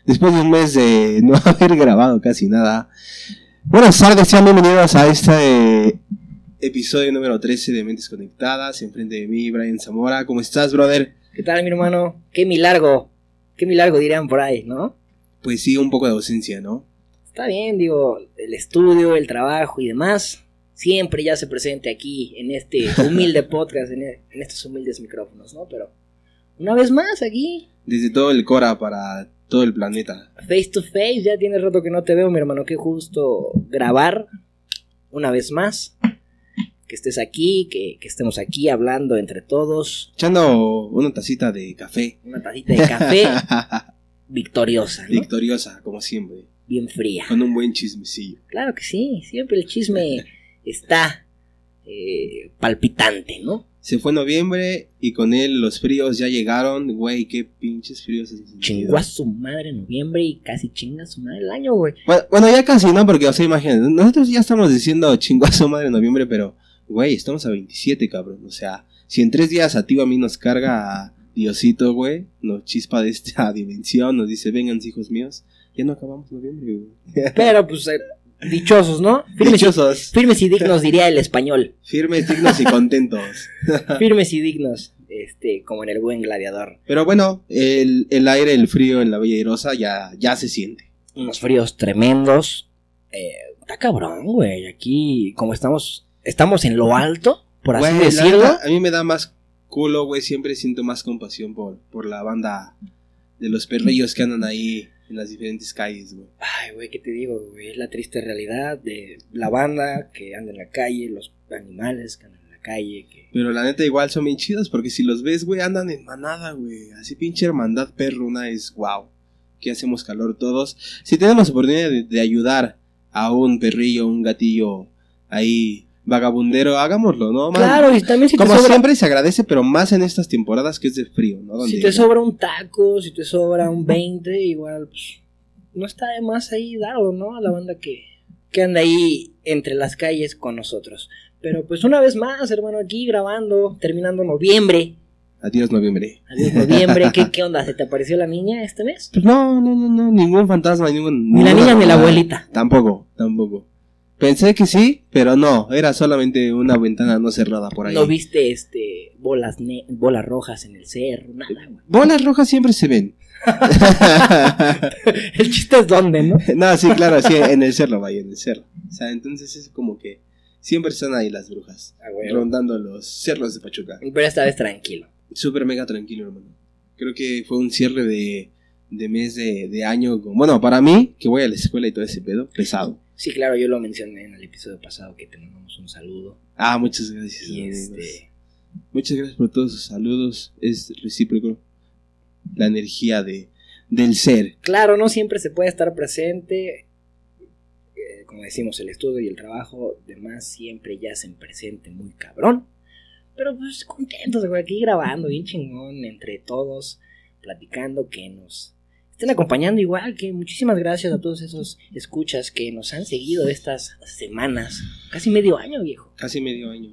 Después de un mes de no haber grabado casi nada. Buenas tardes, sean bienvenidos a este episodio número 13 de Mentes Conectadas. Enfrente de mí, Brian Zamora. ¿Cómo estás, brother? ¿Qué tal, mi hermano? Qué milagro dirían por ahí, ¿no? Pues sí, un poco de ausencia, ¿no? Está bien, digo, el estudio, el trabajo y demás siempre ya se presente aquí en este humilde podcast, en estos humildes micrófonos, ¿no? Pero una vez más aquí. Desde todo el Cora para todo el planeta. Face to face, ya tiene rato que no te veo, mi hermano. Qué justo grabar una vez más. Que estés aquí, que estemos aquí hablando entre todos. Echando una tacita de café. Una tacita de café victoriosa, ¿no? Victoriosa, como siempre. Bien fría. Con un buen chismecillo. Claro que sí, siempre el chisme está palpitante, ¿no? Se fue noviembre y con él los fríos ya llegaron. Güey, qué pinches fríos. Chingó a su madre noviembre y casi chinga a su madre el año, güey. Bueno, ya casi, ¿no? Porque, o sea, imagínate, nosotros ya estamos diciendo chingó a su madre en noviembre, pero, güey, estamos a 27, cabrón. O sea, si en 3 días a ti o a mí nos carga Diosito, güey, nos chispa de esta dimensión, nos dice, vengan, hijos míos, ya no acabamos noviembre, güey. Pero, pues, dichosos, ¿no? Dichosos. Firmes y dignos, diría el español. Firmes, dignos y contentos. Firmes y dignos, como en el buen gladiador. Pero bueno, el aire, el frío en la Bella Airosa ya se siente. Unos fríos tremendos. Está cabrón, güey. Aquí, como estamos en lo alto, por así decirlo. A mí me da más culo, güey. Siempre siento más compasión por la banda de los perrillos que andan ahí en las diferentes calles, güey. Ay, güey, ¿qué te digo, güey? Es la triste realidad de la banda que anda en la calle, los animales que andan en la calle. Pero la neta igual son bien chidos, porque si los ves, güey, andan en manada, güey. Así pinche hermandad perruna es wow. Que hacemos calor todos. Si tenemos oportunidad de ayudar a un perrillo, un gatillo ahí vagabundero, hagámoslo, ¿no? Claro, y también si como te sobra, siempre se agradece, pero más en estas temporadas que es de frío, ¿no? Donde si te sobra un taco, si te sobra un 20, igual, pues, no está de más ahí dado, ¿no? A la banda que anda ahí entre las calles con nosotros. Pero pues una vez más, hermano, aquí grabando, terminando noviembre. Adiós noviembre. Adiós noviembre. ¿Qué onda? ¿Se te apareció la niña este mes? Pues no, ningún fantasma, ni la niña ni la abuelita. Tampoco. Pensé que sí, pero no, era solamente una ventana no cerrada por ahí. ¿No viste bolas rojas en el cerro? Nada, güey. Bolas rojas siempre se ven. El chiste es dónde, ¿no? No, sí, claro, sí, en el cerro, vaya, en el cerro. O sea, entonces es como que siempre están ahí las brujas, rondando los cerros de Pachuca. Pero esta vez tranquilo. Súper mega tranquilo, hermano. Creo que fue un cierre de mes de año. Bueno, para mí, que voy a la escuela y todo ese pedo, pesado. Sí, claro, yo lo mencioné en el episodio pasado que te mandamos un saludo. Ah, muchas gracias. Y muchas gracias por todos sus saludos. Es recíproco la energía del ser. Claro, no siempre se puede estar presente. Como decimos, el estudio y el trabajo, demás siempre ya hacen presente muy cabrón. Pero pues contentos de aquí grabando, bien chingón, entre todos, platicando, que nos estén acompañando igual, que muchísimas gracias a todos esos escuchas que nos han seguido estas semanas. Casi medio año, viejo. Casi medio año.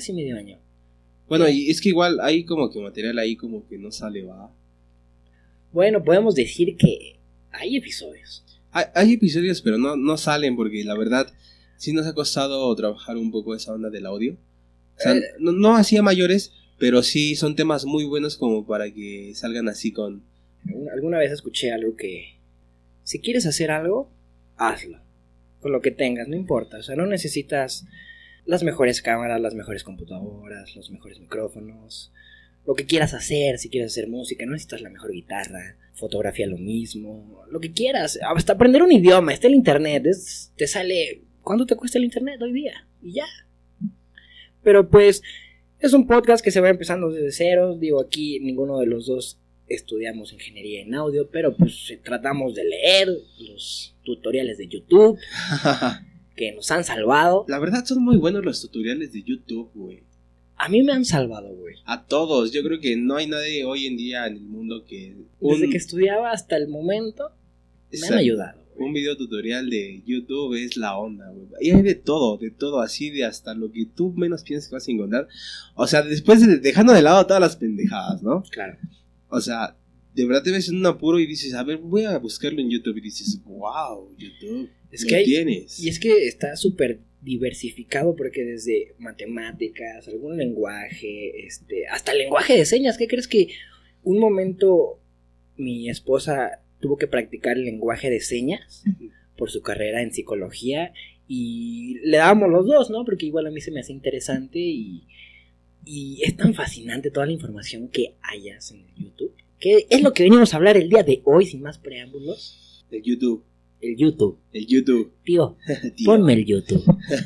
Bueno, y es que igual hay como que material ahí como que no sale, va. Bueno, podemos decir que hay episodios. Hay episodios, pero no salen porque la verdad sí nos ha costado trabajar un poco esa onda del audio. O sea, no hacía mayores, pero sí son temas muy buenos como para que salgan así con... Alguna vez escuché algo que... Si quieres hacer algo, hazlo. Con lo que tengas, no importa. O sea, no necesitas las mejores cámaras, las mejores computadoras, los mejores micrófonos. Lo que quieras hacer, si quieres hacer música, no necesitas la mejor guitarra, fotografía lo mismo, lo que quieras. Hasta aprender un idioma, está el internet, te sale... ¿Cuánto te cuesta el internet hoy día? Y ya. Pero pues es un podcast que se va empezando desde cero. Digo, aquí ninguno de los dos estudiamos ingeniería en audio, pero pues tratamos de leer los tutoriales de YouTube que nos han salvado. La verdad son muy buenos los tutoriales de YouTube, güey. A mí me han salvado, güey. A todos, yo creo que no hay nadie hoy en día en el mundo que... Desde que estudiaba hasta el momento me han ayudado. Un video tutorial de YouTube es la onda, güey. Y hay de todo, así de hasta lo que tú menos piensas que vas a encontrar. O sea, después dejando de lado todas las pendejadas, ¿no? Claro. O sea, de verdad te ves en un apuro y dices, a ver, voy a buscarlo en YouTube. Y dices, wow, YouTube, es que tienes. Y es que está súper diversificado porque desde matemáticas, algún lenguaje, hasta el lenguaje de señas. ¿Qué crees que un momento mi esposa tuvo que practicar el lenguaje de señas por su carrera en psicología y le dábamos los dos, ¿no? Porque igual a mí se me hace interesante y es tan fascinante toda la información que hayas en el YouTube. ¿Qué es lo que venimos a hablar el día de hoy sin más preámbulos? El YouTube. El YouTube. El YouTube. Tío, ponme el YouTube.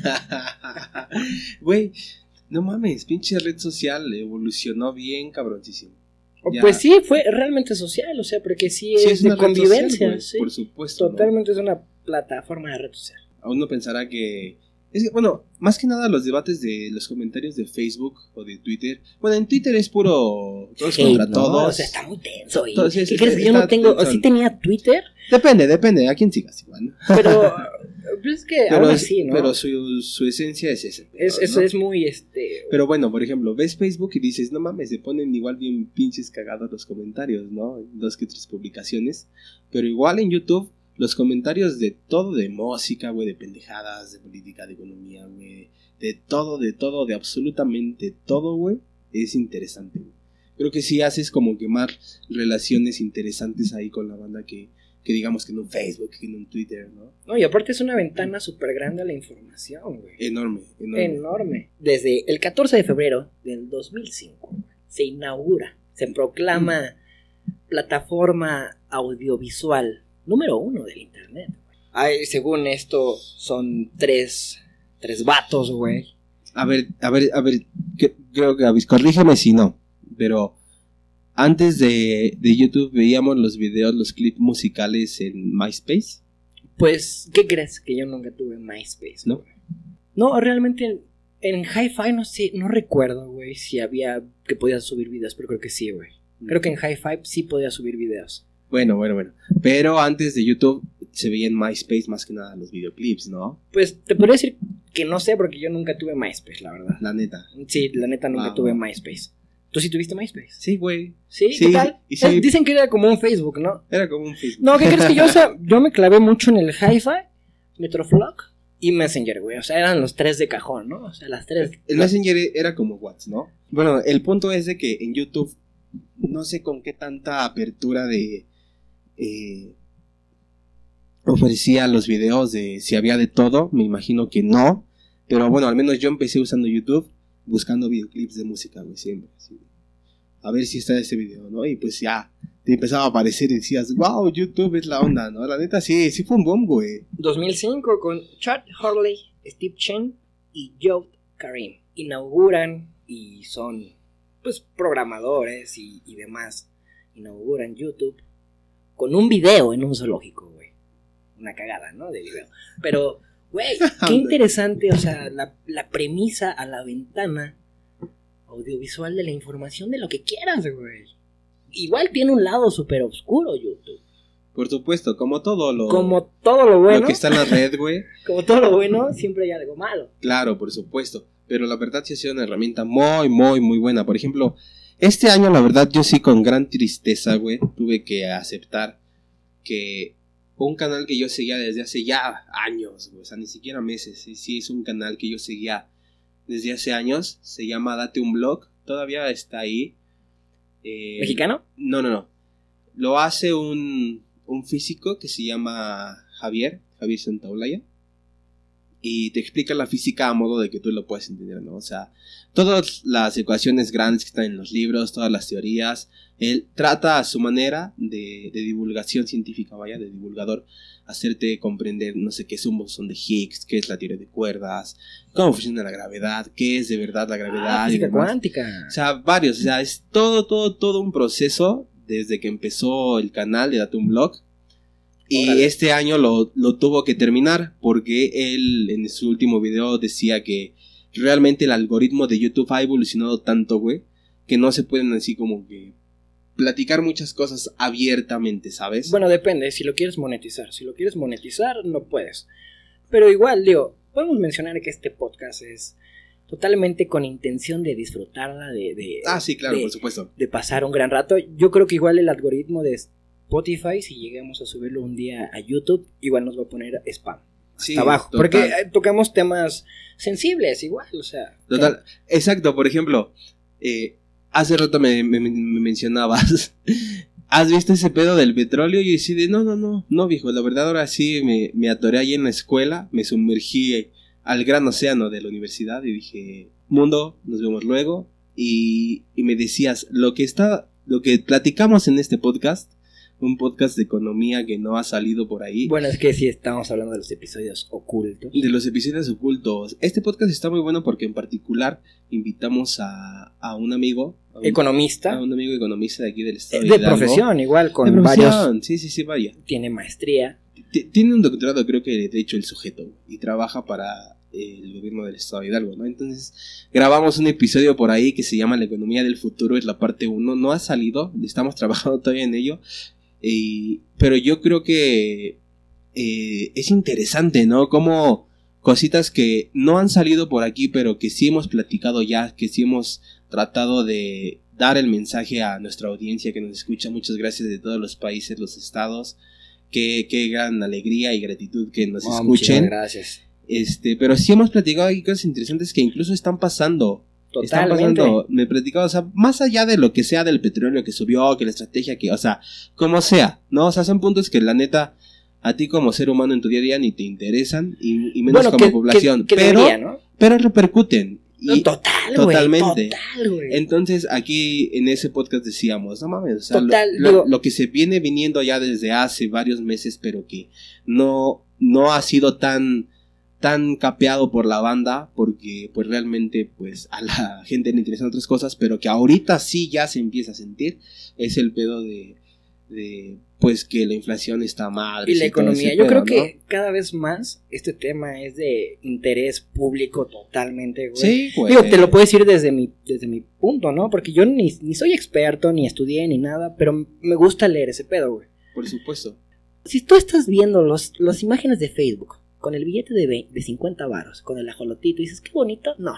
Güey, no mames, pinche red social evolucionó bien cabroncísimo. Ya. Pues sí, fue realmente social, o sea, porque sí es de convivencia. Social, sí. Por supuesto. Totalmente, ¿no? Es una plataforma de red social. Aún no pensará que... Es que, bueno, más que nada los debates de los comentarios de Facebook o de Twitter. Bueno, en Twitter es puro todos contra no, todos. O sea, está muy tenso. Entonces, ¿qué crees que yo no tengo? O sí tenía Twitter. Depende, a quién sigas igual, ¿no? Pero es que aún así, ¿no? Pero su esencia es ese. Eso, ¿no? Es muy Pero bueno, por ejemplo, ves Facebook y dices, no mames, se ponen igual bien pinches cagados los comentarios, ¿no? 2 que 3 publicaciones. Pero igual en YouTube, los comentarios de todo, de música, güey, de pendejadas, de política, de economía, güey, de todo, de absolutamente todo, güey, es interesante, güey. Creo que sí haces como que más relaciones interesantes ahí con la banda que digamos que en un Facebook, que en un Twitter, ¿no? No, y aparte es una ventana súper grande a la información, güey. Enorme. Desde el 14 de febrero del 2005 se inaugura, se proclama plataforma audiovisual número 1 del internet. Ay, según esto son tres vatos, güey. A ver, creo que corrígeme si no, pero antes de YouTube veíamos los videos, los clips musicales en MySpace. Pues, ¿qué crees? Que yo nunca tuve MySpace, ¿no? No, realmente en Hi-Fi no recuerdo, güey, si había que podías subir videos, pero creo que sí, güey. Creo que en Hi-Fi sí podías subir videos. Bueno. Pero antes de YouTube se veía en MySpace más que nada los videoclips, ¿no? Pues te podría decir que no sé porque yo nunca tuve MySpace, la verdad. La neta. Sí, la neta nunca tuve MySpace. ¿Tú sí tuviste MySpace? Sí, güey. ¿Sí? ¿Qué tal? Sí. Dicen que era como un Facebook, ¿no? Era como un Facebook. No, ¿qué crees que yo me clavé mucho en el Hi-Fi, Metroflog y Messenger, güey? O sea, eran los 3 de cajón, ¿no? O sea, las 3. El Messenger era como WhatsApp, ¿no? Bueno, el punto es de que en YouTube no sé con qué tanta apertura de ofrecía los videos de si había de todo, me imagino que no, pero bueno, al menos yo empecé usando YouTube buscando videoclips de música, güey, siempre, así, a ver si está ese video, ¿no? Y pues ya te empezaba a aparecer y decías, wow, YouTube es la onda, ¿no? La neta sí fue un boom, güey. 2005 con Chad Hurley, Steve Chen y Joe Karim inauguran y son pues programadores y demás, inauguran YouTube con un video en un zoológico, güey. Una cagada, ¿no? De video. Pero, güey, qué interesante, o sea, la premisa a la ventana audiovisual de la información de lo que quieras, güey. Igual tiene un lado súper oscuro YouTube. Por supuesto, como todo lo bueno. Lo que está en la red, güey. Como todo lo bueno, siempre hay algo malo. Claro, por supuesto. Pero la verdad sí ha sido una herramienta muy, muy, muy buena. Por ejemplo, este año, la verdad, yo sí con gran tristeza, güey, tuve que aceptar que un canal que yo seguía desde hace ya años, güey, o sea, ni siquiera meses, sí es un canal que yo seguía desde hace años, se llama Date un Blog, todavía está ahí. ¿Mexicano? No. Lo hace un físico que se llama Javier Santaolalla. Y te explica la física a modo de que tú lo puedes entender, ¿no? O sea, todas las ecuaciones grandes que están en los libros, todas las teorías, él trata a su manera de divulgación científica, de divulgador, hacerte comprender, no sé, qué es un bosón de Higgs, qué es la teoría de cuerdas, cómo funciona la gravedad, qué es de verdad la gravedad. Física cuántica. O sea, varios, o sea, es todo un proceso desde que empezó el canal de Date un Blog. Y Órale. este año lo tuvo que terminar porque él en su último video decía que realmente el algoritmo de YouTube ha evolucionado tanto, güey, que no se pueden así como que platicar muchas cosas abiertamente, ¿sabes? Bueno, depende, si lo quieres monetizar. Si lo quieres monetizar, no puedes. Pero igual, digo, podemos mencionar que este podcast es totalmente con intención de disfrutarla, Sí, claro, de, por supuesto. de pasar un gran rato. Yo creo que igual el algoritmo de Spotify, si llegamos a subirlo un día a YouTube, igual nos va a poner spam hasta abajo, total. porque tocamos temas sensibles igual, o sea. Total, exacto, por ejemplo, hace rato me mencionabas, ¿has visto ese pedo del petróleo? Y yo decidí, no, viejo, la verdad ahora sí me atoré ahí en la escuela, me sumergí al gran océano de la universidad y dije, mundo, nos vemos luego. Y me decías, lo que platicamos en este podcast, un podcast de economía que no ha salido por ahí. Bueno, es que sí estamos hablando de los episodios ocultos. De los episodios ocultos. Este podcast está muy bueno porque en particular invitamos a un amigo. Economista. A un amigo economista de aquí del estado de profesión, igual, con de varios. Sí, vaya. Tiene maestría. Tiene un doctorado, creo que de hecho el sujeto. Y trabaja para el gobierno del estado de Hidalgo, ¿no? Entonces grabamos un episodio por ahí que se llama La economía del futuro, es la parte 1, no ha salido, estamos trabajando todavía en ello, pero yo creo que es interesante, ¿no? Como cositas que no han salido por aquí, pero que sí hemos platicado ya, que sí hemos tratado de dar el mensaje a nuestra audiencia que nos escucha, muchas gracias de todos los países, los estados, qué gran alegría y gratitud que nos escuchen. Muchas gracias. Pero sí hemos platicado aquí cosas interesantes que incluso están pasando. Totalmente. Me he platicado, o sea, más allá de lo que sea del petróleo que subió, que la estrategia que, o sea, como sea, ¿no? O sea, son puntos que la neta, a ti como ser humano en tu día a día ni te interesan y menos como población. Que pero, debería, ¿no? Pero repercuten. Y totalmente. Entonces, aquí en ese podcast decíamos, no mames, o sea, Total, lo que se viene viniendo ya desde hace varios meses, pero que no ha sido tan capeado por la banda, porque pues realmente pues a la gente le interesan otras cosas, pero que ahorita sí ya se empieza a sentir, es el pedo de pues que la inflación está mal. Y la economía, yo creo que cada vez más este tema es de interés público totalmente, güey. Sí, güey. Digo, te lo puedo decir desde mi punto, ¿no? Porque yo ni soy experto, ni estudié, ni nada, pero me gusta leer ese pedo, güey. Por supuesto. Si tú estás viendo las imágenes de Facebook con el billete de 50 varos, con el ajolotito, y dices, qué bonito, no.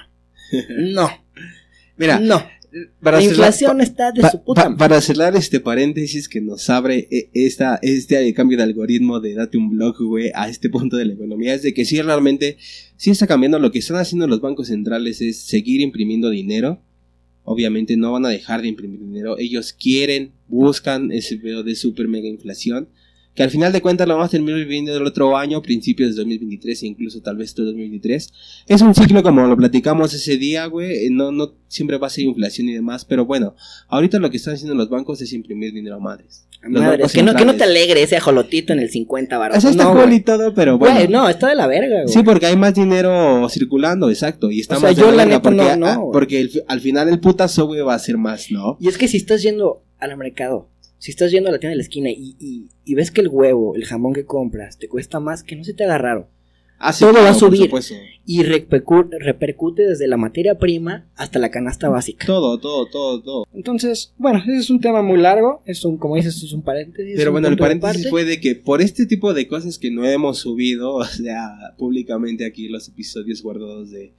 Mira, no. La inflación está de su puta madre. Para cerrar este paréntesis que nos abre este cambio de algoritmo de Date un Blog, güey, a este punto de la economía, es de que sí realmente, sí está cambiando. Lo que están haciendo los bancos centrales es seguir imprimiendo dinero. Obviamente no van a dejar de imprimir dinero. Ellos buscan ese pedo de super mega inflación, que al final de cuentas lo vamos a terminar viviendo el otro año, principios de 2023 e incluso tal vez todo 2023. Es un ciclo como lo platicamos ese día, güey, no siempre va a ser inflación y demás, pero bueno, ahorita lo que están haciendo los bancos es imprimir dinero a madres. Madres, que no te alegre ese ajolotito en el 50 varos. O sea, está cool y todo, pero bueno. Güey, no, está de la verga, güey. Sí, porque hay más dinero circulando, exacto, y está más de la verga porque al final el putazo, güey, va a ser más, ¿no? Y es que si estás yendo al mercado, si estás yendo a la tienda de la esquina y ves que el huevo, el jamón que compras te cuesta más, que no se te haga raro. Sí, todo va a subir y repercute desde la materia prima hasta la canasta básica. Todo. Entonces, bueno, ese es un tema muy largo, como dices, es un paréntesis. Pero bueno, el paréntesis fue de que por este tipo de cosas que no hemos subido, o sea, públicamente aquí los episodios guardados de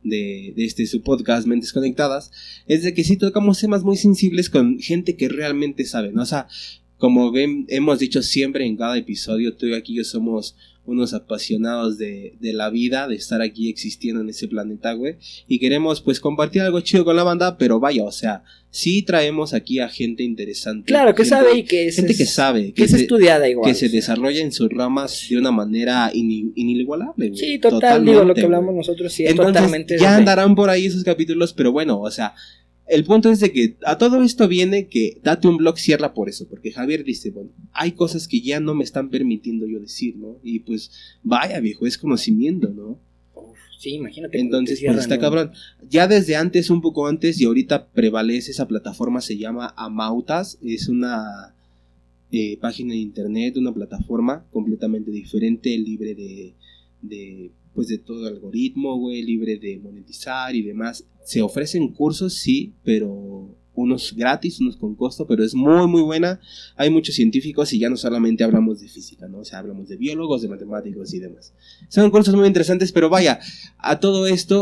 su podcast Mentes Conectadas, es de que sí tocamos temas muy sensibles con gente que realmente sabe, ¿no? O sea, como hemos dicho siempre en cada episodio, tú y aquí yo somos unos apasionados de la vida, de estar aquí existiendo en ese planeta, güey, y queremos pues compartir algo chido con la banda, pero vaya, o sea, sí traemos aquí a gente interesante. Claro, que sabe y que es... Gente que sabe. Que es estudiada igual. Que se desarrolla en sus ramas de una manera inigualable, güey. Sí, digo, lo que hablamos nosotros sí es entonces, totalmente... ya andarán por ahí esos capítulos, pero bueno, o sea... El punto es de que a todo esto viene que Date un Blog cierra por eso, porque Javier dice, bueno, hay cosas que ya no me están permitiendo yo decir, ¿no? Y pues, vaya viejo, es conocimiento, ¿no? Sí, imagínate. Entonces, pues está cabrón. Ya desde antes, un poco antes, y ahorita prevalece esa plataforma, se llama Amautas, es una página de internet, una plataforma completamente diferente, libre de todo algoritmo, güey, libre de monetizar y demás. Se ofrecen cursos, sí, pero unos gratis, unos con costo, pero es muy muy buena. Hay muchos científicos y ya no solamente hablamos de física, ¿no? O sea, hablamos de biólogos, de matemáticos y demás. Son cursos muy interesantes, pero vaya, a todo esto,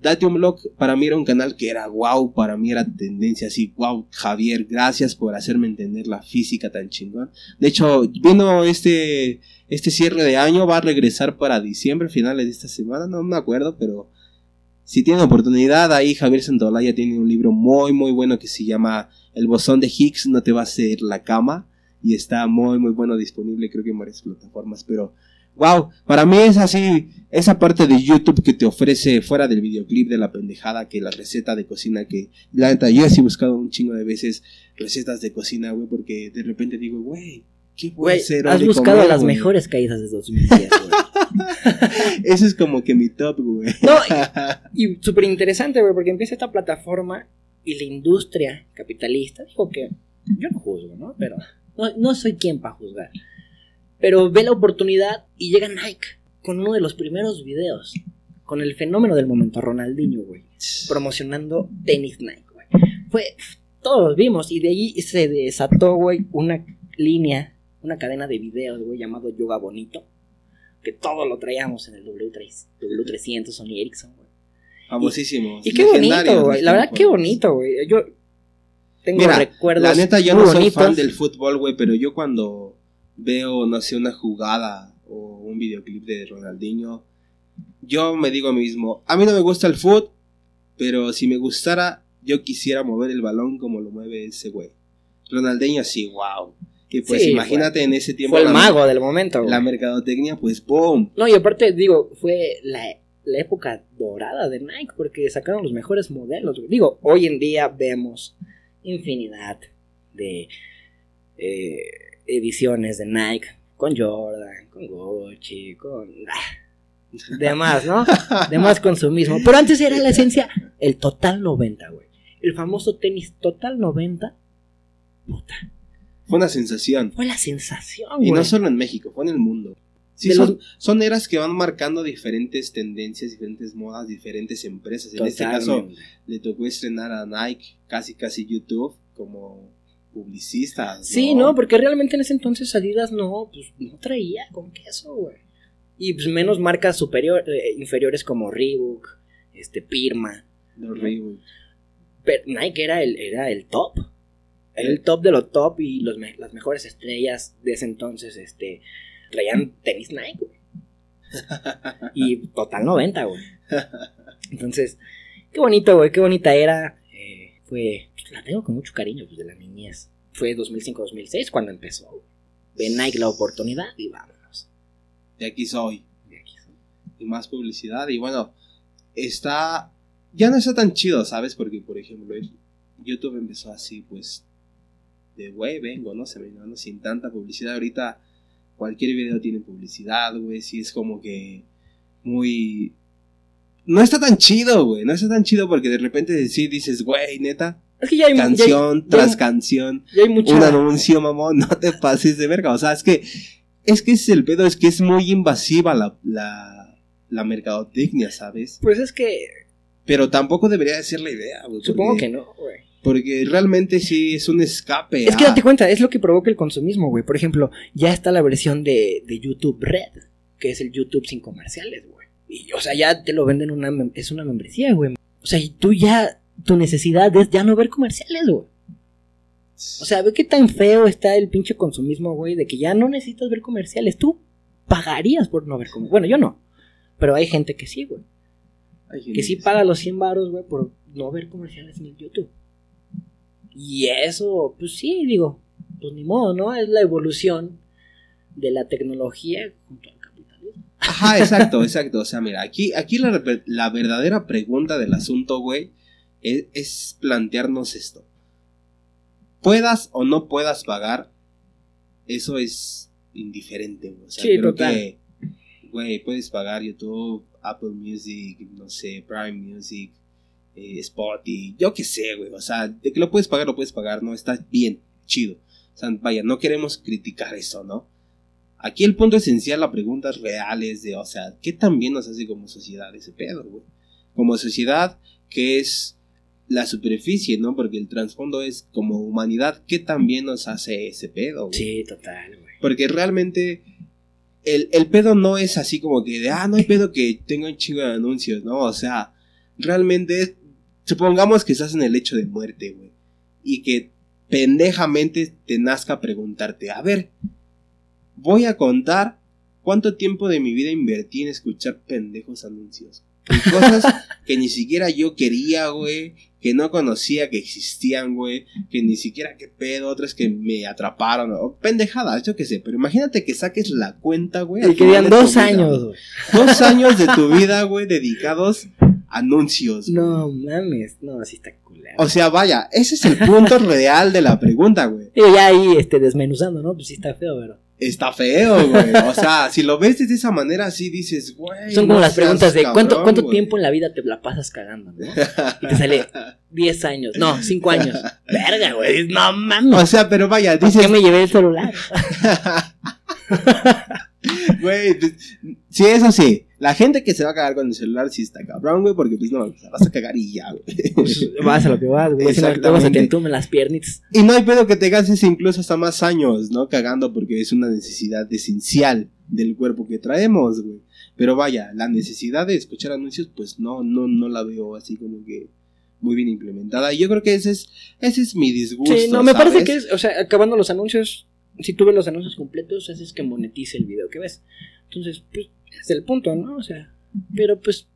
Date un Blog para mí era un canal que era wow, para mí era tendencia así, wow, Javier, gracias por hacerme entender la física tan chingón. De hecho, viendo este cierre de año, va a regresar para diciembre, finales de esta semana, no me acuerdo, pero si tienen oportunidad, ahí Javier Santolaya tiene un libro muy muy bueno que se llama El bosón de Higgs no te va a hacer la cama, y está muy muy bueno, disponible creo que en varias plataformas, pero wow, para mí es así, esa parte de YouTube que te ofrece fuera del videoclip de la pendejada, que la receta de cocina, que la neta, yo he buscado un chingo de veces recetas de cocina, güey, porque de repente digo, güey, ¿qué puede ser? Has buscado las mejores caídas de 2010, güey. Eso es como que mi top, güey. No, y súper interesante, güey, porque empieza esta plataforma y la industria capitalista, digo que yo no juzgo, ¿no? Pero no soy quien para juzgar. Pero ve la oportunidad y llega Nike con uno de los primeros videos, con el fenómeno del momento, Ronaldinho, güey, promocionando tenis Nike, güey. Todos vimos, y de ahí se desató, güey, una línea, una cadena de videos, güey, llamado Yoga Bonito, que todo lo traíamos en el W300 Sony Ericsson, güey. Famosísimo. Y qué bonito, güey, la verdad, qué bonito, güey. Yo tengo recuerdos. La neta, yo no bonitos. soy fan del fútbol, güey, pero yo cuando veo, no sé, una jugada o un videoclip de Ronaldinho, yo me digo a mí mismo, a mí no me gusta el fútbol, pero si me gustara, yo quisiera mover el balón como lo mueve ese güey. Ronaldinho así, wow. Que pues sí, imagínate, en ese tiempo fue el mago del momento, güey. La mercadotecnia, pues ¡boom! No, y aparte, digo, fue la época dorada de Nike, porque sacaron los mejores modelos, güey. Digo, hoy en día vemos infinidad de ediciones de Nike con Jordan, con Gucci, con demás, ¿no? Demás consumismo. Pero antes era la esencia, el Total 90, güey. El famoso tenis Total 90. Puta. Fue una sensación. Fue la sensación, güey. Y no solo en México, fue en el mundo. Sí, son eras que van marcando diferentes tendencias, diferentes modas, diferentes empresas. En este caso, le tocó estrenar a Nike, casi YouTube, como publicista, ¿no? Sí, no, porque realmente en ese entonces Adidas no traía con queso, güey. Y pues menos marcas inferiores como Reebok, Pirma. Los Reebok. Pero Nike era el top. Era el top de lo top, y las mejores estrellas de ese entonces traían tenis Nike, güey. Y Total 90, güey. Entonces, qué bonito, güey, qué bonita era. La tengo con mucho cariño, pues, de la niñez. Fue 2005-2006 cuando empezó, güey. Ve Nike la oportunidad y vámonos. De aquí soy. Y más publicidad. Y bueno, ya no está tan chido, ¿sabes? Porque, por ejemplo, YouTube empezó así, pues, de güey, vengo, ¿no? Se me vino sin tanta publicidad. Ahorita cualquier video tiene publicidad, güey. Sí, es como que muy... No está tan chido, güey. No está tan chido porque de repente sí dices, güey, neta. Es que ya hay canción tras canción. Ya hay mucha... Un anuncio, mamón. No te pases de verga. O sea, es que ese es el pedo. Es que es muy invasiva la mercadotecnia, ¿sabes? Pues es que... Pero tampoco debería de ser la idea, güey. Supongo que no, güey. Porque realmente sí es un escape. Es que date cuenta, es lo que provoca el consumismo, güey. Por ejemplo, ya está la versión de YouTube Red, que es el YouTube sin comerciales, güey. Y, o sea, ya te lo venden es una membresía, güey. O sea, y tu necesidad es ya no ver comerciales, güey. O sea, ve qué tan feo está el pinche consumismo, güey, de que ya no necesitas ver comerciales. Tú pagarías por no ver comerciales. Bueno, yo no. Pero hay gente que sí, güey. Que sí paga los 100 baros, güey, por no ver comerciales en el YouTube. Y eso, pues sí, digo, pues ni modo, ¿no? Es la evolución de la tecnología junto al capitalismo. Ajá, exacto. O sea, mira, aquí la verdadera pregunta del asunto, güey, es plantearnos esto. Puedas o no puedas pagar, eso es indiferente, güey. O sea, sí, creo total. que, güey, puedes pagar YouTube, Apple Music, no sé, Prime Music, Spotify, yo qué sé, güey. O sea, de que lo puedes pagar, ¿no? Está bien, chido. O sea, vaya, no queremos criticar eso, ¿no? Aquí el punto esencial, la pregunta real es de, o sea, ¿qué tan bien nos hace como sociedad ese pedo, güey? Como sociedad, que es la superficie, ¿no? Porque el trasfondo es como humanidad, ¿qué tan bien nos hace ese pedo, güey? Sí, total, güey. Porque realmente el pedo no es así como que de, no hay pedo que tenga un chingo de anuncios, ¿no? O sea, realmente supongamos que estás en el lecho de muerte, güey, y que pendejamente te nazca preguntarte, a ver, voy a contar cuánto tiempo de mi vida invertí en escuchar pendejos anuncios. Y cosas que ni siquiera yo quería, güey, que no conocía que existían, güey, que ni siquiera qué pedo, otras que me atraparon, o pendejadas, yo qué sé, pero imagínate que saques la cuenta, güey. Y que digan 2 años, güey. 2 años de tu vida, güey, dedicados a anuncios. No mames, no, así está culero. O sea, vaya, ese es el punto real de la pregunta, güey. Digo, ya ahí desmenuzando, ¿no? Pues sí está feo, pero... Está feo, güey. O sea, si lo ves de esa manera, así dices, güey. Son como no las preguntas de cabrón, ¿cuánto güey? tiempo en la vida te la pasas cagando, ¿no? Y te sale 10 años, no, 5 años. Verga, güey, no mames. O sea, pero vaya, ¿Por dices. qué me llevé el celular? Güey, pues, sí, eso sí. La gente que se va a cagar con el celular sí está cabrón, güey, porque pues no, te vas a cagar y ya, güey. Pues, vas a lo que vas, güey. Si no, luego se te entumen las piernitas. Y no hay pedo que te gastes incluso hasta más años, ¿no? Cagando porque es una necesidad esencial del cuerpo que traemos, güey. Pero vaya, la necesidad de escuchar anuncios, pues no la veo así como que muy bien implementada. Y yo creo que ese es mi disgusto. Sí, no, me ¿sabes? parece que es, o sea, acabando los anuncios, si tú ves los anuncios completos, haces que monetice el video que ves. Entonces, pues, es el punto, ¿no? O sea, pero pues,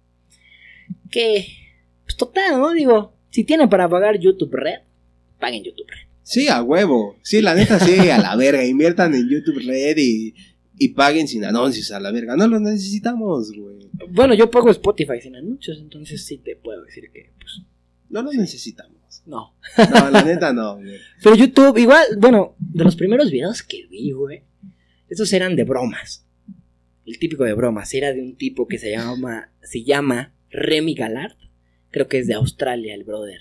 que, pues total, ¿no? Digo, si tienen para pagar YouTube Red, paguen YouTube Red. Sí, a huevo. Sí, la neta, sí, a la verga. Inviertan en YouTube Red y paguen sin anuncios a la verga. No lo necesitamos, güey. Bueno, yo pago Spotify sin anuncios, entonces sí te puedo decir que, pues, No lo necesitamos. no. No, la neta no, güey. Pero YouTube, igual, bueno, de los primeros videos que vi, güey, esos eran de bromas. El típico de bromas era de un tipo que se llama Remy Gallard. Creo que es de Australia el brother.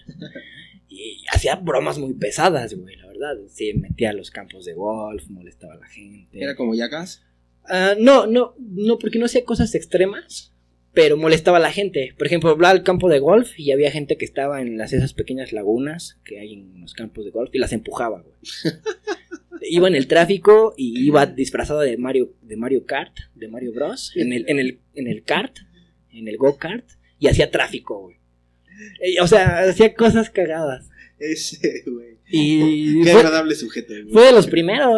Y hacía bromas muy pesadas, güey, la verdad. Se metía a los campos de golf, molestaba a la gente. ¿Era como Jackass? No, porque no hacía cosas extremas, pero molestaba a la gente. Por ejemplo, hablaba al campo de golf y había gente que estaba en esas pequeñas lagunas que hay en los campos de golf y las empujaba, güey. Iba en el tráfico y iba disfrazado de Mario Kart, de Mario Bros. En el kart, en el go-kart, y hacía tráfico, güey. O sea, hacía cosas cagadas. Ese, güey. Y Qué agradable sujeto, güey. Fue de los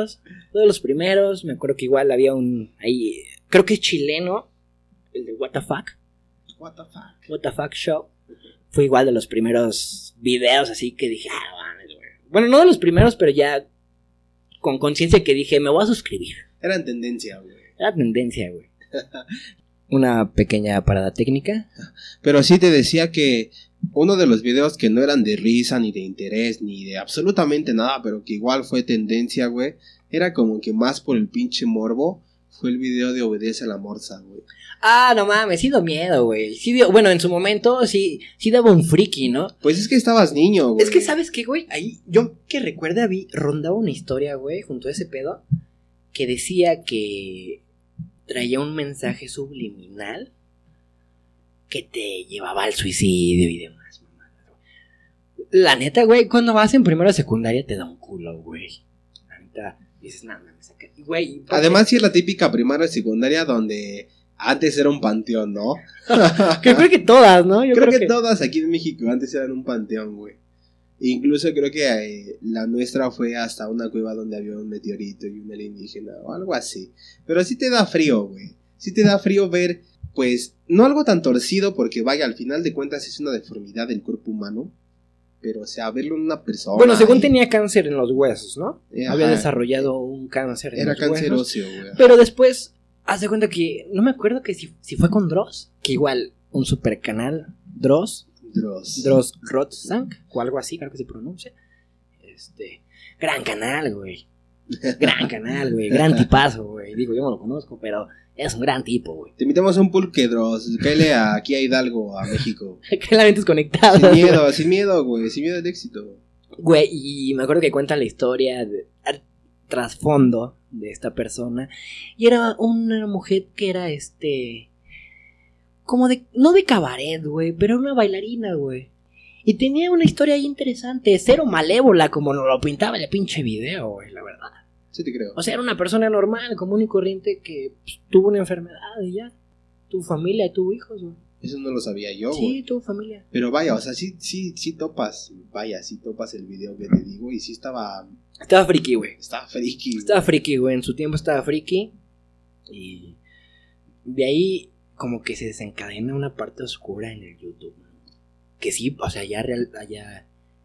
primeros. Me acuerdo que igual había ahí, creo que es chileno, el de What the Fuck. What the fuck. What the Fuck Show. Fue igual de los primeros videos así que dije, mames, güey. Bueno, no de los primeros, pero ya con conciencia que dije, me voy a suscribir. Era tendencia, güey. Era tendencia, güey. Una pequeña parada técnica. Pero sí te decía que uno de los videos que no eran de risa, ni de interés, ni de absolutamente nada, pero que igual fue tendencia, güey, era como que más por el pinche morbo, fue el video de Obedece a la Morsa, güey. Ah, no mames, sí dio miedo, güey. Bueno, en su momento sí daba un friki, ¿no? Pues es que estabas niño, güey. Es que, ¿sabes qué, güey? Ahí, yo que recuerda, rondaba una historia, güey, junto a ese pedo, que decía que traía un mensaje subliminal que te llevaba al suicidio y demás, mamá. La neta, güey, cuando vas en primera o secundaria te da un culo, güey. La neta, dices, nada, me saca. Güey, además, sí es la típica primaria y secundaria donde antes era un panteón, ¿no? Que creo que todas, ¿no? Yo creo que todas aquí en México antes eran un panteón, güey. Incluso creo que la nuestra fue hasta una cueva donde había un meteorito y un alienígena o algo así. Pero sí te da frío, güey. Sí te da frío ver, pues, no algo tan torcido porque vaya, al final de cuentas es una deformidad del cuerpo humano. Pero, o sea, verlo en una persona. Bueno, según tenía cáncer en los huesos, ¿no? Ajá. Había desarrollado un cáncer en era los huesos. Era cáncer óseo, güey. Pero después, haz de cuenta que, no me acuerdo que si fue con Dross, que igual, un super canal, Dross Rotzank, o algo así, creo que se pronuncia. Gran canal, güey. Gran tipazo, güey. Digo, yo no lo conozco, pero es un gran tipo, güey. Te invitamos a un pulque, Dross. Cáele aquí a Hidalgo, a México. Que la mente es conectada. Sin miedo, güey. Sin miedo al éxito. Güey, y me acuerdo que cuenta la historia trasfondo de esta persona. Y era una mujer que era como no de cabaret, güey, pero una bailarina, güey. Y tenía una historia ahí interesante, cero malévola como nos lo pintaba el pinche video, güey, la verdad. Sí te creo. O sea, era una persona normal, común y corriente que pues, tuvo una enfermedad y ya. Tu familia y tuvo hijos, güey. Eso no lo sabía yo, güey. Sí, tu familia. Pero vaya, o sea, sí topas. Vaya, sí topas el video que te digo. Y sí estaba friki, güey. Estaba friki, güey. En su tiempo estaba friki. Y de ahí como que se desencadena una parte oscura en el YouTube, ¿no? Que sí, o sea, ya allá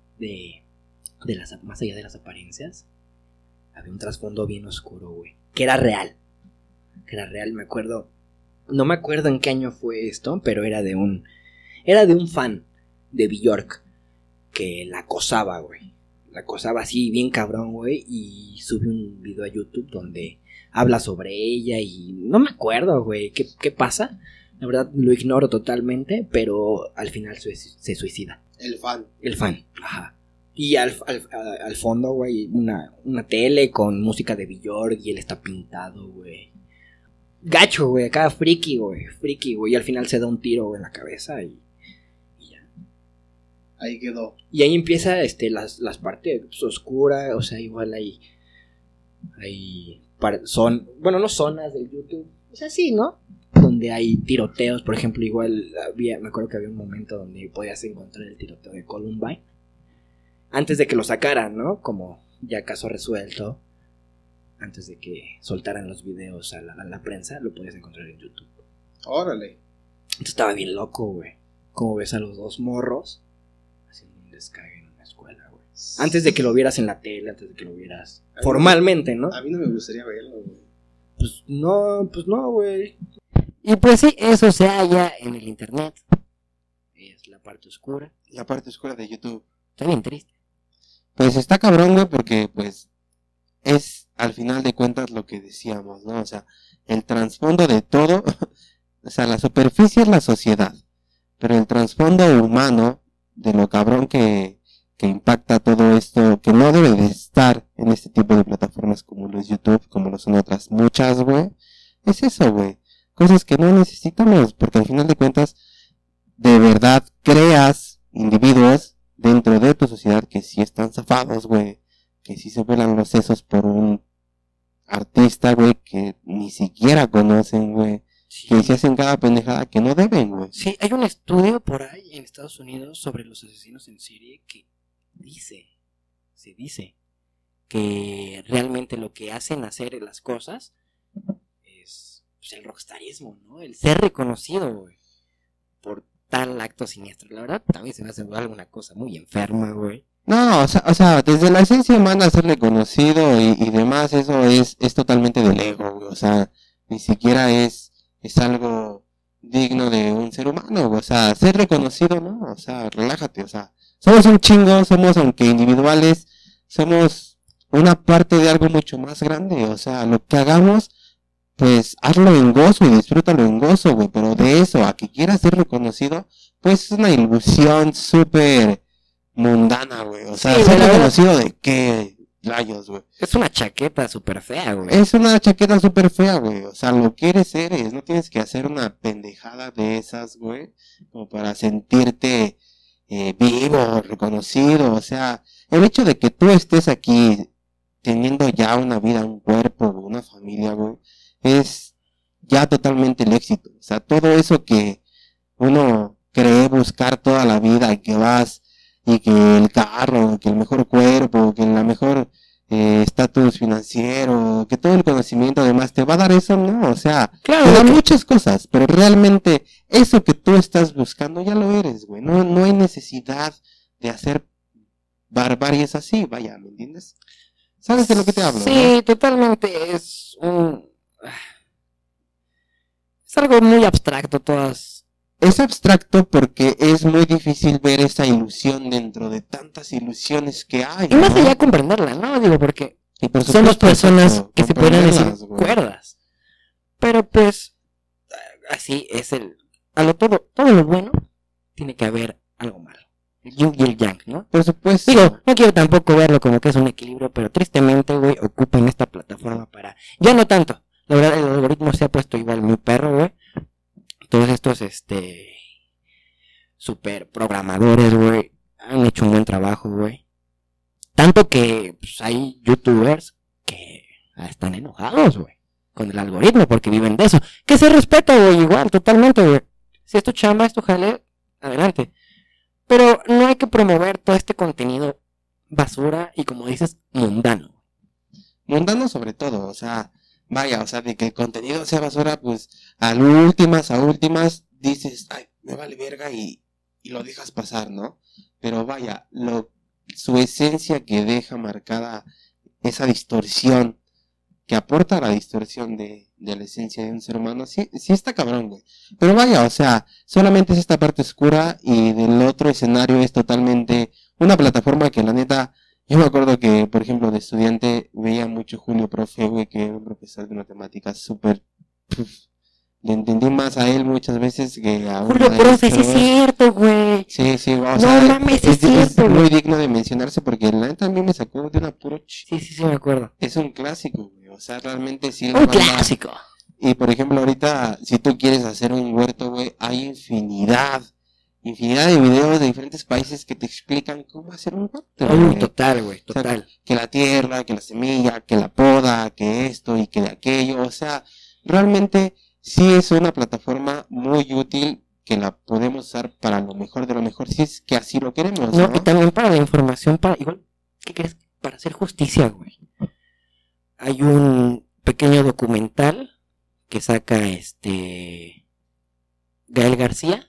más allá de las apariencias, había un trasfondo bien oscuro, güey. Que era real, me acuerdo. No me acuerdo en qué año fue esto, pero era de un fan de Bjork que la acosaba, güey. La acosaba así bien cabrón, güey, y subió un video a YouTube donde habla sobre ella y no me acuerdo, güey, qué pasa. La verdad lo ignoro totalmente, pero al final se suicida. El fan, ajá. Y al fondo, güey, una tele con música de Bjork y él está pintado, güey. Gacho, güey, acá friki, güey. Y al final se da un tiro, güey, en la cabeza y ya. Ahí quedó. Y ahí empieza las partes oscuras, o sea, igual hay no zonas del YouTube, o sea, sí, ¿no? Donde hay tiroteos, por ejemplo, igual me acuerdo que había un momento donde podías encontrar el tiroteo de Columbine antes de que lo sacaran, ¿no? Como ya caso resuelto, antes de que soltaran los videos a la prensa, lo podías encontrar en YouTube. Órale. Entonces estaba bien loco, güey. Como ves a los dos morros haciendo un descargue en una escuela, güey. Antes de que lo vieras en la tele, antes de que lo vieras formalmente, ¿no? A mí no me gustaría verlo, güey. Pues no, güey. Y pues sí, eso se halla en el internet. Es la parte oscura. La parte oscura de YouTube. Está bien triste. Pues está cabrón, güey, porque pues es al final de cuentas lo que decíamos, ¿no? O sea, el trasfondo de todo, o sea, la superficie es la sociedad, pero el trasfondo humano de lo cabrón que impacta todo esto, que no debe de estar en este tipo de plataformas como lo es YouTube, como lo son otras muchas, güey, es eso, güey. Cosas que no necesitamos, porque al final de cuentas, de verdad creas individuos dentro de tu sociedad que sí están zafados, güey, que sí se vuelan los sesos por un artista, güey, que ni siquiera conocen, güey, sí, que se hacen cada pendejada que no deben, güey. Sí, hay un estudio por ahí en Estados Unidos sobre los asesinos en serie que se dice que realmente lo que hacen hacer las cosas es pues, el rockstarismo, ¿no? El ser reconocido, güey, por tal acto siniestro. La verdad, también se me hace alguna cosa muy enferma, güey. No, o sea, desde la esencia humana ser reconocido y demás, eso es totalmente del ego, güey. O sea, ni siquiera es algo digno de un ser humano, güey. O sea, ser reconocido, ¿no? O sea, relájate, o sea, somos un chingo, somos, aunque individuales, somos una parte de algo mucho más grande. O sea, lo que hagamos, pues hazlo en gozo y disfrútalo en gozo, güey. Pero de eso a que quieras ser reconocido, pues es una ilusión súper mundana, güey. O sea, sí, ser reconocido de qué rayos, güey. Es una chaqueta súper fea, güey. Es una chaqueta súper fea, güey. O sea, lo que eres. No tienes que hacer una pendejada de esas, güey, como para sentirte vivo, reconocido. O sea, el hecho de que tú estés aquí teniendo ya una vida, un cuerpo, una familia, güey, es ya totalmente el éxito. O sea, todo eso que uno cree buscar toda la vida y que vas y que el carro, que el mejor cuerpo, que la mejor estatus financiero, que todo el conocimiento además te va a dar eso, ¿no? O sea, claro, te da muchas cosas, pero realmente eso que tú estás buscando ya lo eres, güey. No hay necesidad de hacer barbaries así, vaya, ¿me entiendes? ¿Sabes de lo que te hablo? Sí, ¿no? Totalmente, es algo muy abstracto, todas. Es abstracto porque es muy difícil ver esa ilusión dentro de tantas ilusiones que hay, ¿no? Y más allá comprenderla, ¿no? Digo, porque somos personas que se pueden decir cuerdas. Pero pues, así es todo lo bueno, tiene que haber algo malo. El yin y el yang, ¿no? Por supuesto. Digo, no quiero tampoco verlo como que es un equilibrio, pero tristemente, güey, ocupan esta plataforma para... Ya no tanto. La verdad, el algoritmo se ha puesto igual muy perro, güey. Todos estos, super programadores, güey, han hecho un buen trabajo, güey. Tanto que pues, hay youtubers que están enojados, güey, con el algoritmo porque viven de eso. Que se respeta, güey, igual, totalmente, güey. Si es tu chamba, es tu jale, adelante. Pero no hay que promover todo este contenido basura y, como dices, mundano. Mundano sobre todo, o sea, vaya, o sea, de que el contenido sea basura, pues a últimas dices, ay, me vale verga y lo dejas pasar, ¿no? Pero vaya, su esencia que deja marcada esa distorsión, que aporta a la distorsión de la esencia de un ser humano, sí, sí está cabrón, güey. Pero vaya, o sea, solamente es esta parte oscura y del otro escenario es totalmente una plataforma que la neta, yo me acuerdo que, por ejemplo, de estudiante veía mucho Julio Profe, güey, que era un profesor de matemáticas súper... Le entendí más a él muchas veces que a Julio una Profe, sí maestra, es güey. cierto, güey. Sí, sí, o No sea, mames, sí es es cierto, muy güey. digno de mencionarse porque la neta a mí me sacó de una puro Sí, me acuerdo. es un clásico, güey. O sea, realmente sí la Un banda. clásico. Y por ejemplo, ahorita, si tú quieres hacer un huerto, güey, hay infinidad de videos de diferentes países que te explican cómo hacer un huerto, Uy, güey. total, güey, O sea, total. que la tierra, que la semilla, que la poda, que esto y que de aquello. O sea, realmente sí es una plataforma muy útil que la podemos usar para lo mejor de lo mejor, si es que así lo queremos, No, y ¿no? también para la información, para igual, ¿qué crees? Para hacer justicia, güey. Hay un pequeño documental que saca Gael García.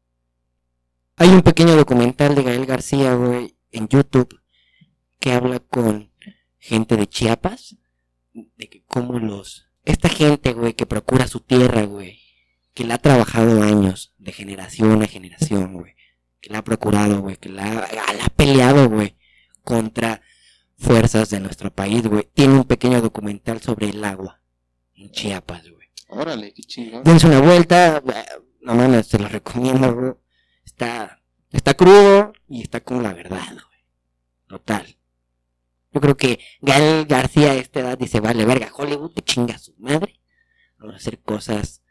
Hay un pequeño documental de Gael García, güey, en YouTube, que habla con gente de Chiapas, de que cómo esta gente, güey, que procura su tierra, güey, que la ha trabajado años, de generación a generación, güey, que la ha procurado, güey, que la ha peleado, güey, contra fuerzas de nuestro país, güey. Tiene un pequeño documental sobre el agua en Chiapas, güey. Órale, qué chingón. Dense una vuelta, no mames, te lo recomiendo, güey. Está crudo y está con la verdad, güey. Total. Yo creo que Gael García a esta edad dice, vale, verga, Hollywood te chinga a su madre. Vamos a hacer cosas,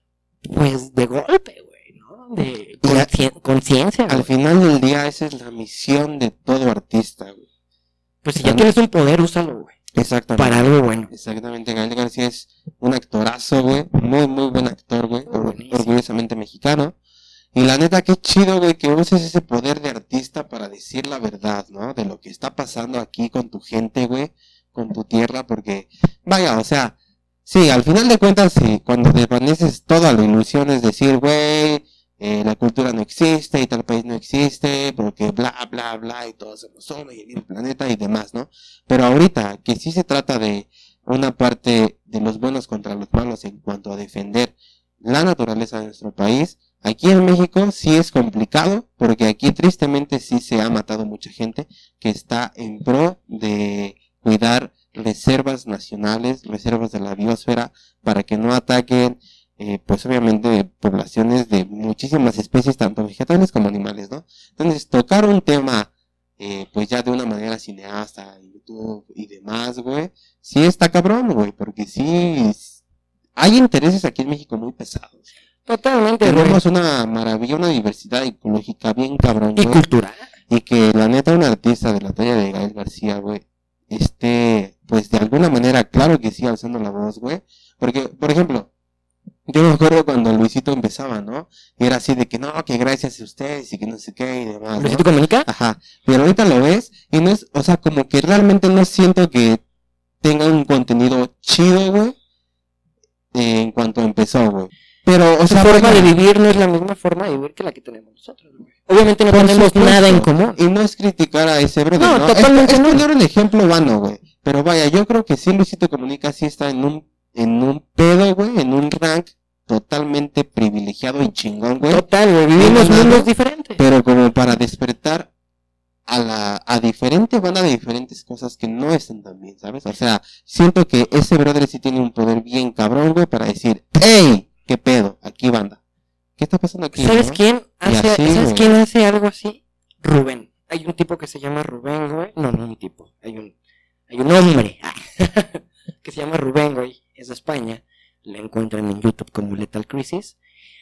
pues, de golpe, güey, ¿no? De conciencia, Al güey. final del día, esa es la misión de todo artista, güey. Pues si ya tienes un poder, úsalo, güey. Exactamente. Para algo bueno. Exactamente, Gael García es un actorazo, güey. Muy, muy buen actor, güey. Orgullosamente mexicano. Y la neta, qué chido, güey, que uses ese poder de artista para decir la verdad, ¿no? De lo que está pasando aquí con tu gente, güey. Con tu tierra, porque, vaya, o sea, sí, al final de cuentas, sí, cuando desvaneces toda la ilusión es decir, güey, la cultura no existe y tal país no existe, porque bla, bla, bla, y todos somos uno y el planeta y demás, ¿no? Pero ahorita, que sí se trata de una parte de los buenos contra los malos en cuanto a defender la naturaleza de nuestro país, aquí en México sí es complicado, porque aquí tristemente sí se ha matado mucha gente que está en pro de cuidar reservas nacionales, reservas de la biosfera, para que no ataquen, pues obviamente poblaciones de muchísimas especies, tanto vegetales como animales, ¿no? Entonces, tocar un tema, pues ya de una manera cineasta, en YouTube y demás, güey, sí está cabrón, güey, porque sí hay intereses aquí en México muy pesados. Totalmente, tenemos una maravilla, una diversidad ecológica bien cabrón, y güey. cultural. Y que la neta un artista de la talla de Gael García, güey, pues de alguna manera, claro que sí, alzando la voz, güey. Porque, por ejemplo, yo me acuerdo cuando Luisito empezaba, ¿no? Y era así de que no, que gracias a ustedes y que no sé qué y demás, ¿no? ¿Luisito Comunica? Ajá. Pero ahorita lo ves y no es, o sea, como que realmente no siento que tenga un contenido chido, güey, en cuanto empezó, güey. Pero, o sea, su forma de vivir no es la misma forma de vivir que la que tenemos nosotros, güey. Obviamente no tenemos nada en común. Y no es criticar a ese brother, No, ¿no? totalmente es no. poner un ejemplo vano, güey. Pero vaya, yo creo que sí Luisito Comunica sí está en un pedo, güey, en un rank totalmente privilegiado y chingón, güey. Total, güey, vivimos mundos diferentes. Pero como para despertar a diferente banda de diferentes cosas que no están tan bien, ¿sabes? O sea, siento que ese brother sí tiene un poder bien cabrón, güey, para decir, ¡ey! ¿Qué pedo? Aquí banda. ¿Qué está pasando aquí? ¿Sabes ¿no? quién hace, así, ¿sabes güey. quién hace algo así? Rubén. Hay un tipo que se llama Rubén, güey. No, no un tipo. Hay un hombre que se llama Rubén, güey. Es de España. Lo encuentran en YouTube como Lethal Crisis.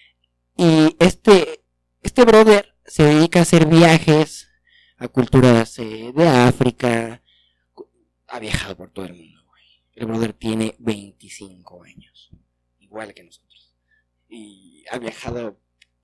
Y este brother se dedica a hacer viajes a culturas de África. Ha viajado por todo el mundo, güey. El brother tiene 25 años. Igual que nosotros. Y ha viajado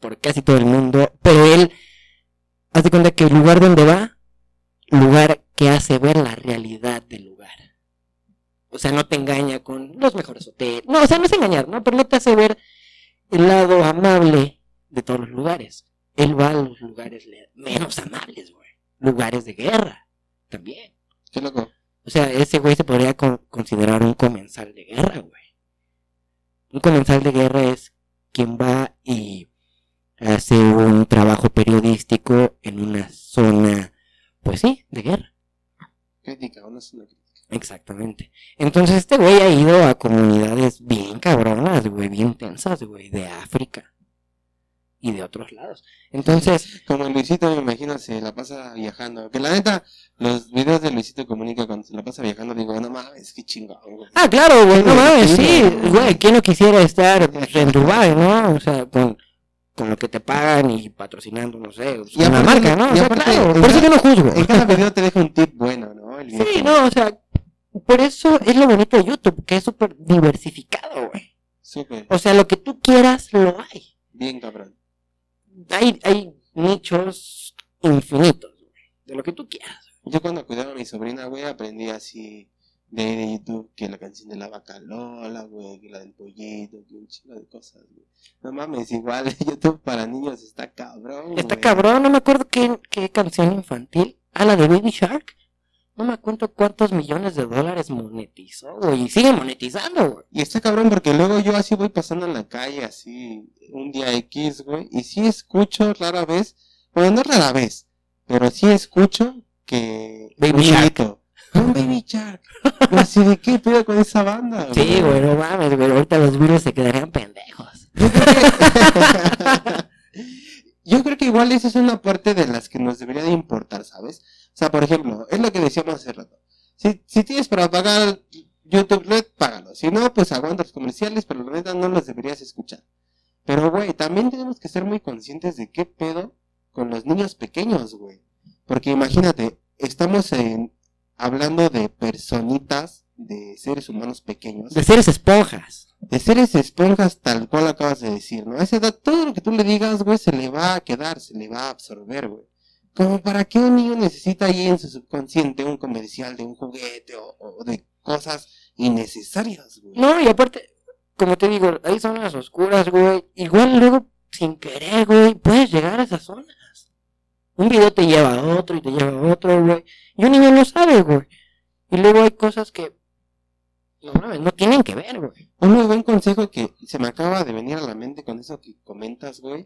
por casi todo el mundo, pero él, haz de cuenta que el lugar donde va, lugar que hace ver la realidad del lugar. O sea, no te engaña con los mejores hoteles. No, o sea, no es engañar, ¿no? Pero no te hace ver el lado amable de todos los lugares. Él va a los lugares menos amables, güey. Lugares de guerra, también. Qué loco. O sea, ese güey se podría considerar un comensal de guerra, güey. Un comensal de guerra es quien va y hace un trabajo periodístico en una zona, pues sí, de guerra. Crítica, una zona crítica. Exactamente. Entonces este güey ha ido a comunidades bien cabronas, güey, bien tensas, güey, de África y de otros lados. Entonces, como Luisito, me imagino, se la pasa viajando. Que la neta, los videos de Luisito Comunica cuando se la pasa viajando, digo, no mames, qué chingón, güey. ah, claro, güey, no mames, sí, güey, ¿quién no quisiera estar en Dubái, no? O sea, con lo que te pagan y patrocinando, no sé, Y una aparte- marca, ¿no? O y sea, aparte, claro, en por eso cada- yo no juzgo. En cada video te deja un tip bueno, ¿no? El viejo. Sí, no, o sea, por eso es lo bonito de YouTube, que es súper diversificado, güey. Súper. O sea, lo que tú quieras, lo hay. Bien, cabrón. Hay nichos infinitos, güey, de lo que tú quieras. Yo cuando cuidaba a mi sobrina, güey, aprendí así de YouTube que la canción de la vaca Lola, güey, que la del pollito, que un chingo de cosas, güey. No mames, igual YouTube para niños está cabrón, Está güey. cabrón, no me acuerdo qué canción infantil. Ah, la de Baby Shark. No me acuerdo cuántos millones de dólares monetizó, güey. Y sigue monetizando, güey. Y está cabrón porque luego yo así voy pasando en la calle, así, un día X, güey, y sí escucho rara vez, bueno, no rara vez, pero sí escucho que... Baby un Shark. grito, un Baby Shark. Yo así de, ¿qué pedo con esa banda? Sí, güey, no mames, güey. Ahorita los virus se quedarían pendejos. Yo creo que igual esa es una parte de las que nos debería de importar, ¿sabes? O sea, por ejemplo, es lo que decíamos hace rato. Si tienes para pagar YouTube Red, págalo. Si no, pues aguanta los comerciales, pero la neta no los deberías escuchar. Pero, güey, también tenemos que ser muy conscientes de qué pedo con los niños pequeños, güey. Porque imagínate, estamos hablando de personitas, de seres humanos pequeños. De seres esponjas. De seres esponjas tal cual acabas de decir, ¿no? A esa edad todo lo que tú le digas, güey, se le va a quedar, se le va a absorber, güey. Como para que un niño necesita ahí en su subconsciente un comercial de un juguete o de cosas innecesarias, güey. No, y aparte, como te digo, hay zonas oscuras, güey. Igual luego, sin querer, güey, puedes llegar a esas zonas. Un video te lleva a otro y te lleva a otro, güey. Y un niño no sabe, güey. Y luego hay cosas que no tienen que ver, güey. Un muy buen consejo que se me acaba de venir a la mente con eso que comentas, güey.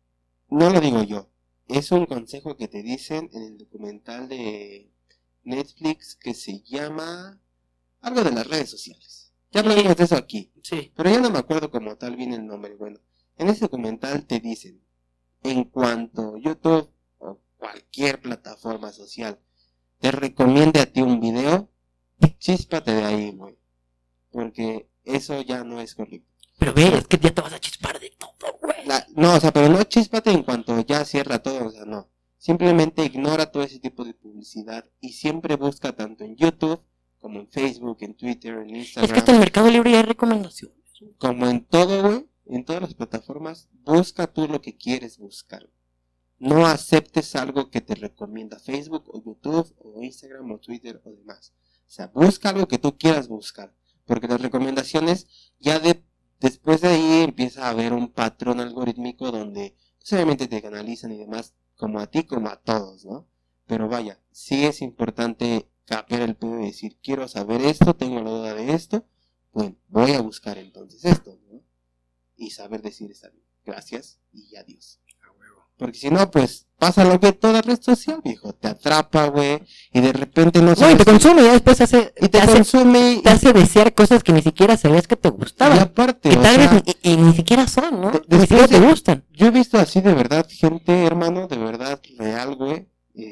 No lo digo yo. Es un consejo que te dicen en el documental de Netflix que se llama algo de las redes sociales. Ya hablamos de eso aquí, Sí. pero ya no me acuerdo como tal bien el nombre. Bueno, en ese documental te dicen, en cuanto YouTube o cualquier plataforma social te recomiende a ti un video, chíspate de ahí, güey. Porque eso ya no es correcto. Pero ve, es que ya te vas a chispar de todo, güey. No, o sea, pero no chíspate en cuanto ya cierra todo, o sea, no. Simplemente ignora todo ese tipo de publicidad y siempre busca tanto en YouTube como en Facebook, en Twitter, en Es que Instagram, hasta en Mercado Libre hay recomendaciones. como en todo, güey, en todas las plataformas, busca tú lo que quieres buscar. No aceptes algo que te recomienda Facebook o YouTube o Instagram o Twitter o demás. O sea, busca algo que tú quieras buscar, porque las recomendaciones ya después de ahí empieza a haber un patrón algorítmico donde pues, obviamente te canalizan y demás, como a ti como a todos, ¿no? Pero vaya, sí es importante capear el pedo y decir, quiero saber esto, tengo la duda de esto, bueno, voy a buscar entonces esto, ¿no? Y saber decir está bien, gracias y adiós. Porque si no, pues pasa lo que toda red social, viejo, te atrapa, güey, y de repente no No, y sabes te consume, ya después te consume te hace desear cosas que ni siquiera sabías que te y gustaban. aparte, Y o tal sea, vez y ni siquiera son, ¿no? Ni después siquiera te de- gustan. yo he visto así de verdad gente, hermano, de verdad real, güey,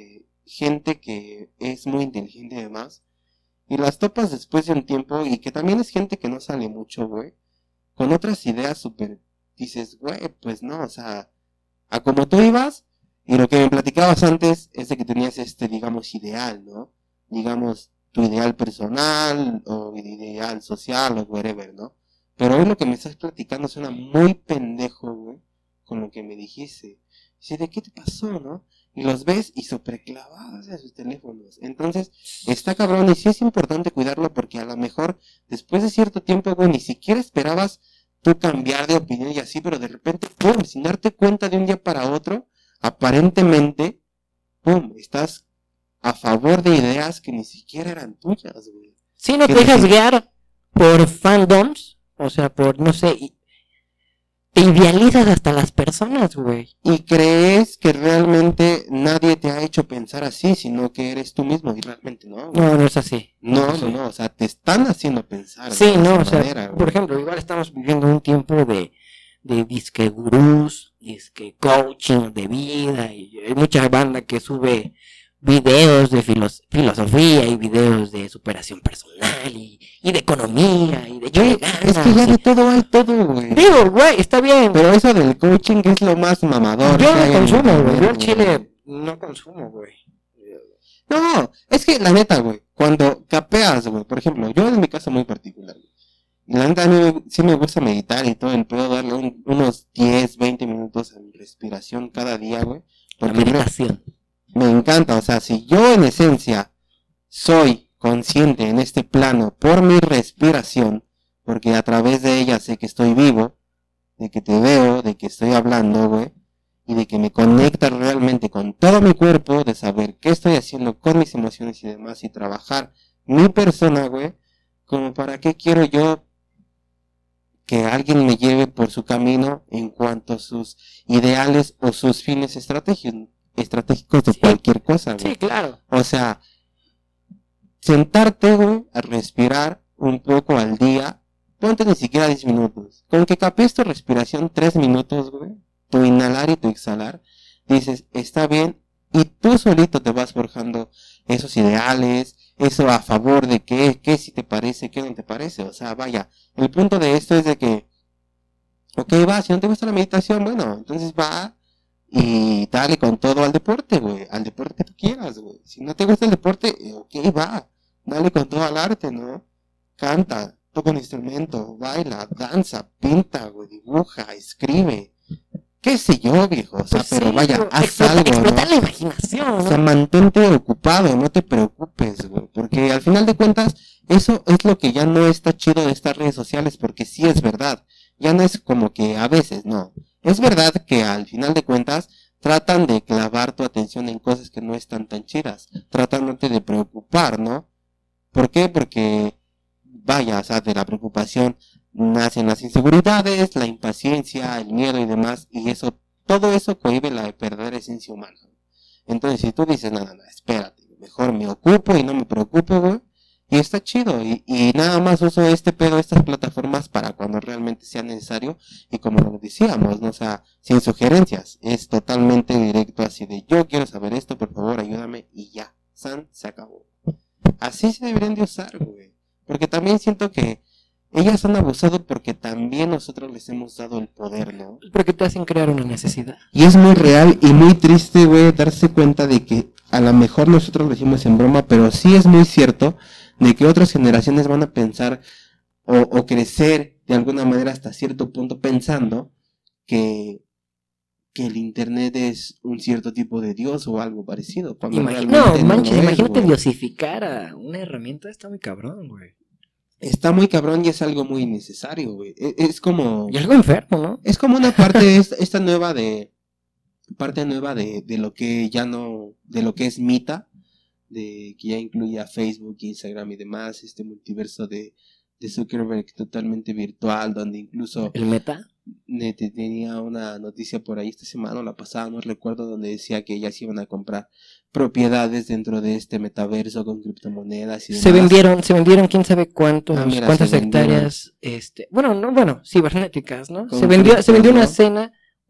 gente que es muy inteligente y demás, y las topas después de un tiempo, y que también es gente que no sale mucho, güey, con otras ideas súper, dices, güey, pues no, o sea, a como tú ibas, y lo que me platicabas antes es de que tenías digamos, ideal, ¿no? Digamos, tu ideal personal, o ideal social, o whatever, ¿no? Pero hoy lo que me estás platicando suena muy pendejo, güey, con lo que me dijiste. Dice, ¿de qué te pasó, no? Y los ves y superclavados a sus teléfonos. Entonces, está cabrón y sí es importante cuidarlo porque a lo mejor después de cierto tiempo, güey, ni siquiera esperabas tú cambiar de opinión y así, pero de repente, pum, sin darte cuenta de un día para otro, aparentemente, pum, estás a favor de ideas que ni siquiera eran tuyas, güey. Sí, no te dejas guiar por fandoms, o sea, por, no sé, te idealizas hasta las personas, güey. Y crees que realmente nadie te ha hecho pensar así, sino que eres tú mismo, y realmente no, güey. No, no es así. No, o sea, te están haciendo pensar. Sí, de no, esa o sea, manera, por güey. ejemplo, igual estamos viviendo un tiempo de disque gurús, disque coaching de vida, y hay mucha banda que sube videos de filosofía y videos de superación personal y de economía y de Güey, es que ya de todo hay todo, güey. Digo, güey, está bien. Pero eso del coaching es lo más mamador. Yo que hay no en consumo, güey. internet, Yo en Chile no consumo, güey. No, es que la neta, güey, cuando capeas, güey, por ejemplo, yo en mi caso muy particular, güey, la neta a mí sí me gusta meditar y todo el pedo, darle unos 10, 20 minutos a mi respiración cada día, güey. La Porque meditación. me encanta, o sea, si yo en esencia soy consciente en este plano por mi respiración, porque a través de ella sé que estoy vivo, de que te veo, de que estoy hablando, güey, y de que me conecta realmente con todo mi cuerpo, de saber qué estoy haciendo con mis emociones y demás, y trabajar mi persona, güey, como para qué quiero yo que alguien me lleve por su camino en cuanto a sus ideales o sus fines estratégicos de Sí. cualquier cosa, güey. Sí, claro. O sea, sentarte, güey, a respirar un poco al día, ponte ni siquiera 10 minutos. Con que capes tu respiración 3 minutos, güey, tu inhalar y tu exhalar, dices, está bien, y tú solito te vas forjando esos ideales, eso a favor de qué si te parece, qué no te parece. O sea, vaya, el punto de esto es de que, ok, va, si no te gusta la meditación, bueno, entonces va y dale con todo al deporte, güey, al deporte que tú quieras, güey. Si no te gusta el deporte, ok, va, dale con todo al arte, ¿no? Canta, toca un instrumento, baila, danza, pinta, güey, dibuja, escribe. Qué sé yo, viejo, o sea, Pues pero sí, vaya, güey, haz algo, explota ¿no? la imaginación, O ¿no? sea, mantente ocupado, no te preocupes, güey, porque al final de cuentas, eso es lo que ya no está chido de estas redes sociales, porque sí es verdad, ya no es como que a veces, no, es verdad que al final de cuentas, tratan de clavar tu atención en cosas que no están tan chidas, tratándote de preocupar, ¿no? ¿Por qué? Porque, vaya, o sea, de la preocupación nacen las inseguridades, la impaciencia, el miedo y demás, y eso, todo eso cohíbe la verdadera esencia humana. Entonces, si tú dices, no, espérate, mejor me ocupo y no me preocupo, güey, y está chido, y nada más uso este pedo, estas plataformas para cuando realmente sea necesario, y como lo decíamos, ¿no? O sea, sin sugerencias, es totalmente directo así de, yo quiero saber esto, por favor, ayúdame, y ya, san, se acabó. Así se deberían de usar, güey, porque también siento que ellas han abusado porque también nosotros les hemos dado el poder, ¿no? Porque te hacen crear una necesidad. Y es muy real y muy triste, güey, darse cuenta de que a lo mejor nosotros lo decimos en broma, pero sí es muy cierto de que otras generaciones van a pensar o crecer de alguna manera hasta cierto punto pensando que el internet es un cierto tipo de Dios o algo parecido. Cuando No, realmente manches, lo es, imagínate güey. diosificar a una herramienta, está muy cabrón, güey. Está muy cabrón y es algo muy necesario, güey. Es como... Y algo enfermo, ¿no? Es como una parte esta nueva de lo que ya no, de lo que es Meta, de que ya incluye a Facebook, Instagram y demás, este multiverso de Zuckerberg totalmente virtual, donde incluso El meta. tenía una noticia por ahí esta semana o la pasada, no recuerdo, donde decía que ellas iban a comprar propiedades dentro de este metaverso con criptomonedas y demás. Se vendieron quién sabe cuántos, mira, cuántas se vendieron. hectáreas, cibernéticas, ¿no? Con Se vendió criptos, una ¿no? cena,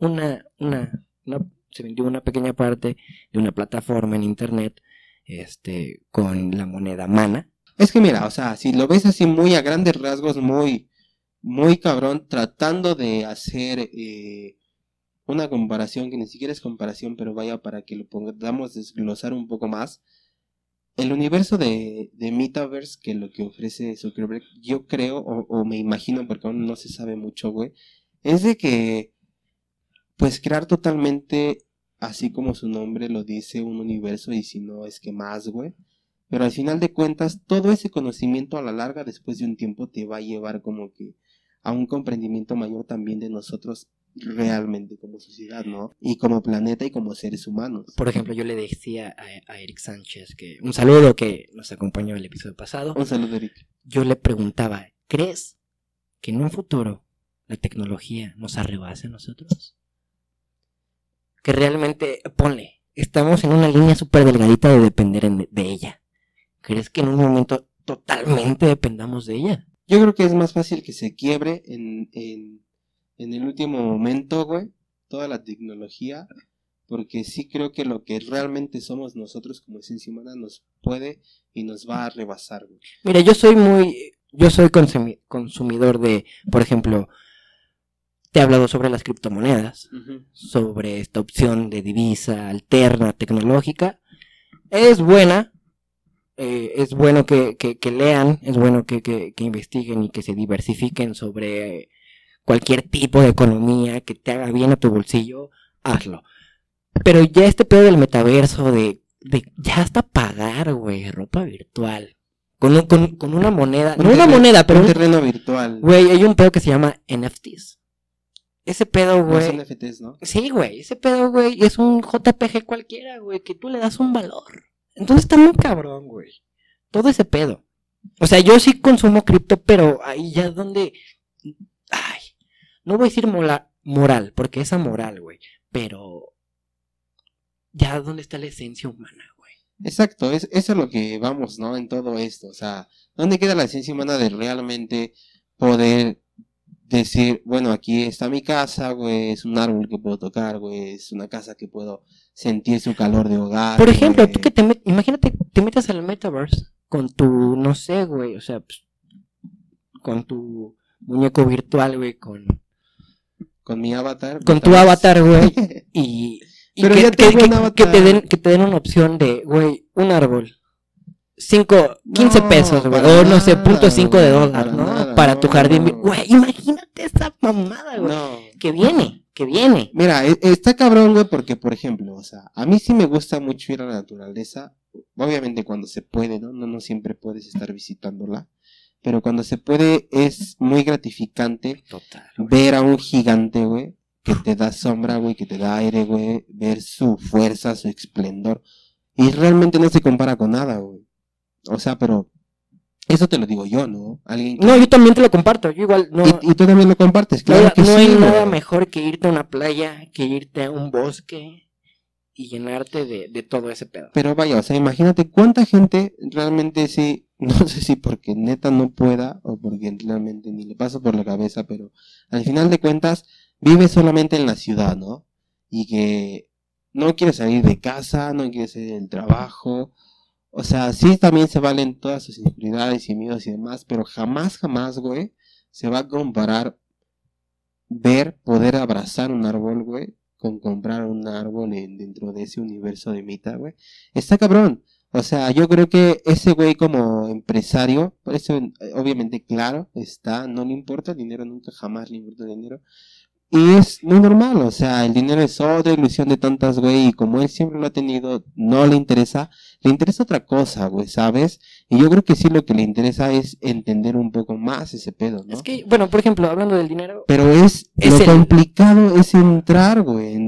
se vendió una pequeña parte de una plataforma en internet, con la moneda mana. Es que mira, o sea, si lo ves así muy a grandes rasgos, muy cabrón, tratando de hacer una comparación que ni siquiera es comparación, pero vaya para que lo podamos desglosar un poco más. El universo de Metaverse, que lo que ofrece Zuckerberg, yo creo, o me imagino, porque aún no se sabe mucho, güey, es de que pues crear totalmente, así como su nombre lo dice, un universo, y si no es que más, güey. Pero al final de cuentas, todo ese conocimiento a la larga, después de un tiempo, te va a llevar como que a un comprendimiento mayor también de nosotros realmente como sociedad, ¿no? Y como planeta y como seres humanos. Por ejemplo, yo le decía a Eric Sánchez, que un saludo, que nos acompañó en el episodio pasado. Un saludo, Eric. Yo le preguntaba, ¿crees que en un futuro la tecnología nos arrebase a nosotros? Que realmente, ponle, estamos en una línea súper delgadita de depender de ella. ¿Crees que en un momento totalmente dependamos de ella? Yo creo que es más fácil que se quiebre en el último momento, güey, toda la tecnología, porque sí creo que lo que realmente somos nosotros como esencia humana nos puede y nos va a rebasar, güey. Mira, yo soy consumidor de, por ejemplo, te he hablado sobre las criptomonedas, sobre esta opción de divisa alterna tecnológica. Es buena. Es bueno que lean, es bueno que investiguen y que se diversifiquen sobre cualquier tipo de economía que te haga bien a tu bolsillo, hazlo. Pero ya este pedo del metaverso, de ya hasta pagar, güey, ropa virtual, con una moneda, no una moneda, pero un terreno virtual. Güey, hay un pedo que se llama NFTs. Ese pedo, güey. Los NFTs, ¿no? Sí, güey, ese pedo, güey, es un JPG cualquiera, güey, que tú le das un valor. Entonces está muy cabrón, güey. Todo ese pedo. O sea, yo sí consumo cripto, pero ahí ya donde... Ay, no voy a decir moral, porque es amoral, güey. Pero... ya donde está la esencia humana, güey. Exacto, eso es lo que vamos, ¿no? En todo esto. O sea, ¿dónde queda la esencia humana de realmente poder decir, bueno, aquí está mi casa, güey, es un árbol que puedo tocar, güey, es una casa que puedo sentir su calor de hogar? Por ejemplo, güey. tú que imagínate, te metes al metaverse con tu, no sé, güey, o sea, pues, con tu muñeco virtual, güey, con mi avatar. Con tu avatar, güey, y pero que, ya tengo un que avatar. te den una opción de, güey, un árbol. 15 No, pesos, güey, para o no sé, nada, .5 de güey, dólar, para ¿no? nada, Para no. tu jardín, güey, imagínate esa mamada, güey. No. Que viene. Mira, está cabrón, güey, porque, por ejemplo, o sea, a mí sí me gusta mucho ir a la naturaleza, obviamente cuando se puede, ¿no? No siempre puedes estar visitándola, pero cuando se puede es muy gratificante. Total. Ver a un gigante, güey, que te da sombra, güey, que te da aire, güey, ver su fuerza, su esplendor, y realmente no se compara con nada, güey. O sea, pero eso te lo digo yo, ¿no? Alguien que... No, yo también te lo comparto, yo igual no. Y tú también lo compartes, claro que sí. No hay güey. nada mejor que irte a una playa, que irte a un bosque y llenarte de todo ese pedo. Pero vaya, o sea, imagínate cuánta gente realmente sí, no sé si porque neta no pueda o porque realmente ni le pasa por la cabeza, pero al final de cuentas vive solamente en la ciudad, ¿no? Y que no quiere salir de casa, no quiere salir del trabajo. O sea, sí también se valen todas sus inseguridades y miedos y demás, pero jamás, güey, se va a comparar poder abrazar un árbol, güey, con comprar un árbol dentro de ese universo de Mita, güey. Está cabrón. O sea, yo creo que ese güey como empresario, por eso obviamente claro, no le importa el dinero, nunca jamás le importa el dinero. Y es muy normal, o sea, el dinero es otra ilusión de tantas, güey, y como él siempre lo ha tenido, no le interesa otra cosa, güey, ¿sabes? Y yo creo que sí lo que le interesa es entender un poco más ese pedo, ¿no? Es que, bueno, por ejemplo, hablando del dinero... Pero lo complicado es entrar, güey,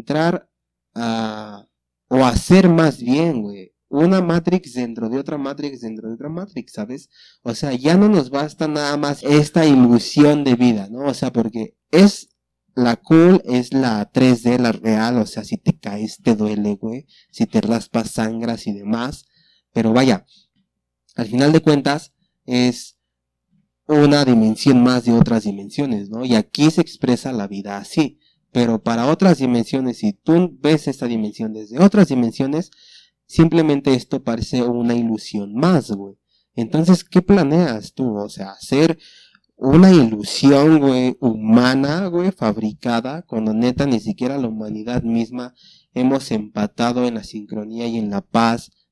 o hacer más bien, güey, una Matrix dentro de otra Matrix dentro de otra Matrix, ¿sabes? O sea, ya no nos basta nada más esta ilusión de vida, ¿no? O sea, porque la cool es la 3D, la real, o sea, si te caes te duele, güey, si te raspas sangras y demás, pero vaya, al final de cuentas es una dimensión más de otras dimensiones, ¿no? Y aquí se expresa la vida así, pero para otras dimensiones, si tú ves esta dimensión desde otras dimensiones, simplemente esto parece una ilusión más, güey. Entonces, ¿qué planeas tú? O sea, hacer una ilusión, güey, humana, güey, fabricada, cuando neta ni siquiera la humanidad misma hemos empatado en la sincronía y en la paz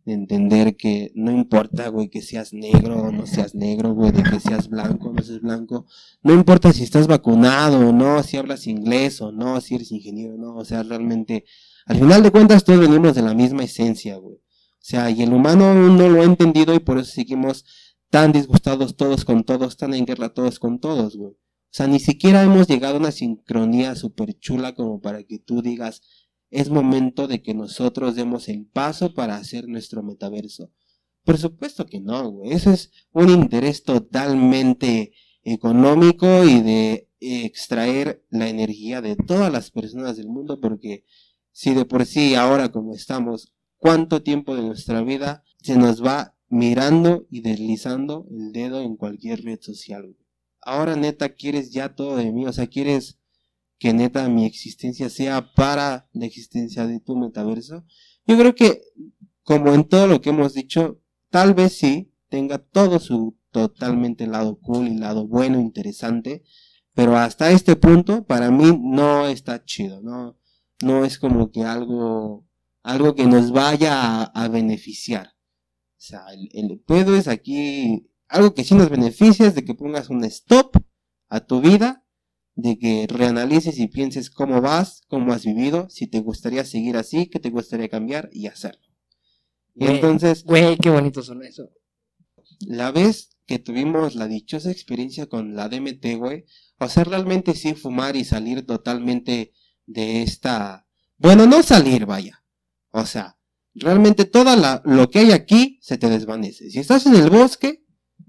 de entender que no importa, güey, que seas negro o no seas negro, güey, de que seas blanco o no seas blanco, no importa si estás vacunado o no, si hablas inglés o no, si eres ingeniero o no, o sea, realmente, al final de cuentas todos venimos de la misma esencia, güey. O sea, y el humano aún no lo ha entendido y por eso seguimos tan disgustados todos con todos, tan en guerra todos con todos, güey. O sea, ni siquiera hemos llegado a una sincronía súper chula como para que tú digas, es momento de que nosotros demos el paso para hacer nuestro metaverso. Por supuesto que no, güey. Eso es un interés totalmente económico y de extraer la energía de todas las personas del mundo, porque si de por sí ahora como estamos, ¿cuánto tiempo de nuestra vida se nos va mirando y deslizando el dedo en cualquier red social, güey? Ahora neta quieres ya todo de mí, o sea, quieres que neta mi existencia sea para la existencia de tu metaverso. Yo creo que, como en todo lo que hemos dicho, tal vez sí tenga todo su totalmente lado cool y lado bueno, interesante, pero hasta este punto para mí no está chido, no es como que algo que nos vaya a beneficiar. O sea, el pedo es aquí, algo que sí nos beneficia es de que pongas un stop a tu vida, de que reanalices y pienses cómo vas, cómo has vivido, si te gustaría seguir así, qué te gustaría cambiar y hacerlo. Y entonces, güey, qué bonito son eso. la vez que tuvimos la dichosa experiencia con la DMT, güey, o sea, realmente sí fumar y salir totalmente de esta, bueno, no salir, vaya, o sea, realmente lo que hay aquí se te desvanece. Si estás en el bosque,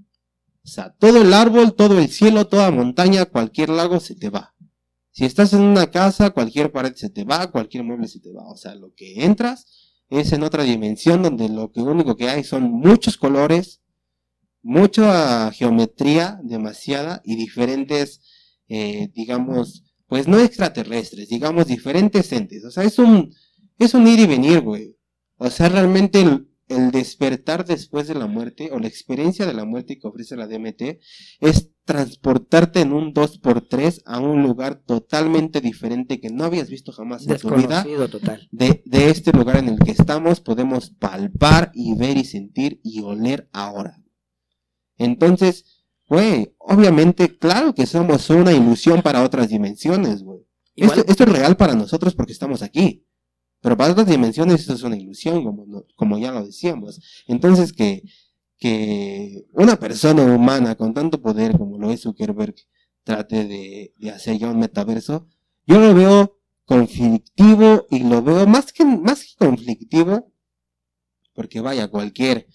o sea, todo el árbol, todo el cielo, toda montaña, cualquier lago se te va. Si estás en una casa, cualquier pared se te va, cualquier mueble se te va. O sea, lo que entras es en otra dimensión donde lo único que hay son muchos colores, mucha geometría, demasiada, y diferentes, digamos, pues no extraterrestres, digamos diferentes entes. O sea, es un ir y venir, güey. O sea, realmente el despertar después de la muerte, o la experiencia de la muerte que ofrece la DMT, es transportarte en un 2x3 a un lugar totalmente diferente que no habías visto jamás en tu vida. Total. De este lugar en el que estamos, podemos palpar y ver y sentir y oler ahora. Entonces, güey, obviamente, claro que somos una ilusión para otras dimensiones, güey. Esto es real para nosotros porque estamos aquí. Pero para otras dimensiones eso es una ilusión, como ya lo decíamos. Entonces que una persona humana con tanto poder como lo es Zuckerberg trate de hacer ya un metaverso, yo lo veo conflictivo y lo veo más que conflictivo, porque vaya, cualquier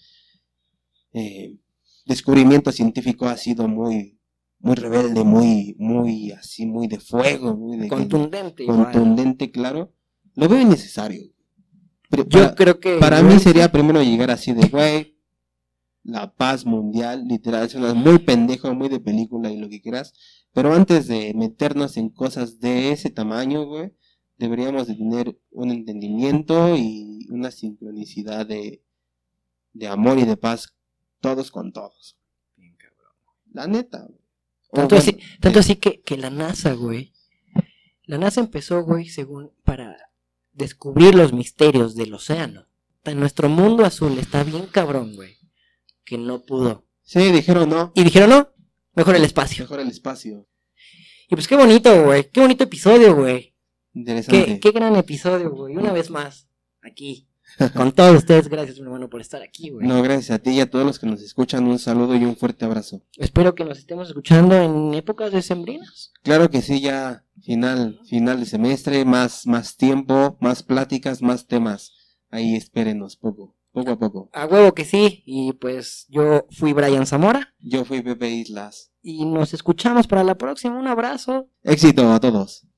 descubrimiento científico ha sido muy rebelde, muy así, muy de fuego, muy de contundente, claro. Lo veo innecesario. Yo creo que para mí sería primero llegar así de, güey, la paz mundial, literal, es muy pendejo, muy de película y lo que quieras, pero antes de meternos en cosas de ese tamaño, güey, deberíamos de tener un entendimiento y una sincronicidad de amor y de paz todos con todos. Bien cabrón. La neta, güey. Tanto así que la NASA, güey, empezó, güey, según para descubrir los misterios del océano. En nuestro mundo azul está bien cabrón, güey, que no pudo. Sí, dijeron no. Y dijeron no, mejor el espacio. Y pues qué bonito, güey, qué bonito episodio, güey. Interesante. Qué gran episodio, güey, una vez más, aquí, con todos ustedes. Gracias, mi hermano, por estar aquí, güey. No, gracias a ti y a todos los que nos escuchan, un saludo y un fuerte abrazo. Espero que nos estemos escuchando en épocas decembrinas. Claro que sí, ya final de semestre, más tiempo, más pláticas, más temas. Ahí espérenos poco a poco. A huevo que sí. Y pues yo fui Brian Zamora. Yo fui Pepe Islas. Y nos escuchamos para la próxima. Un abrazo. Éxito a todos.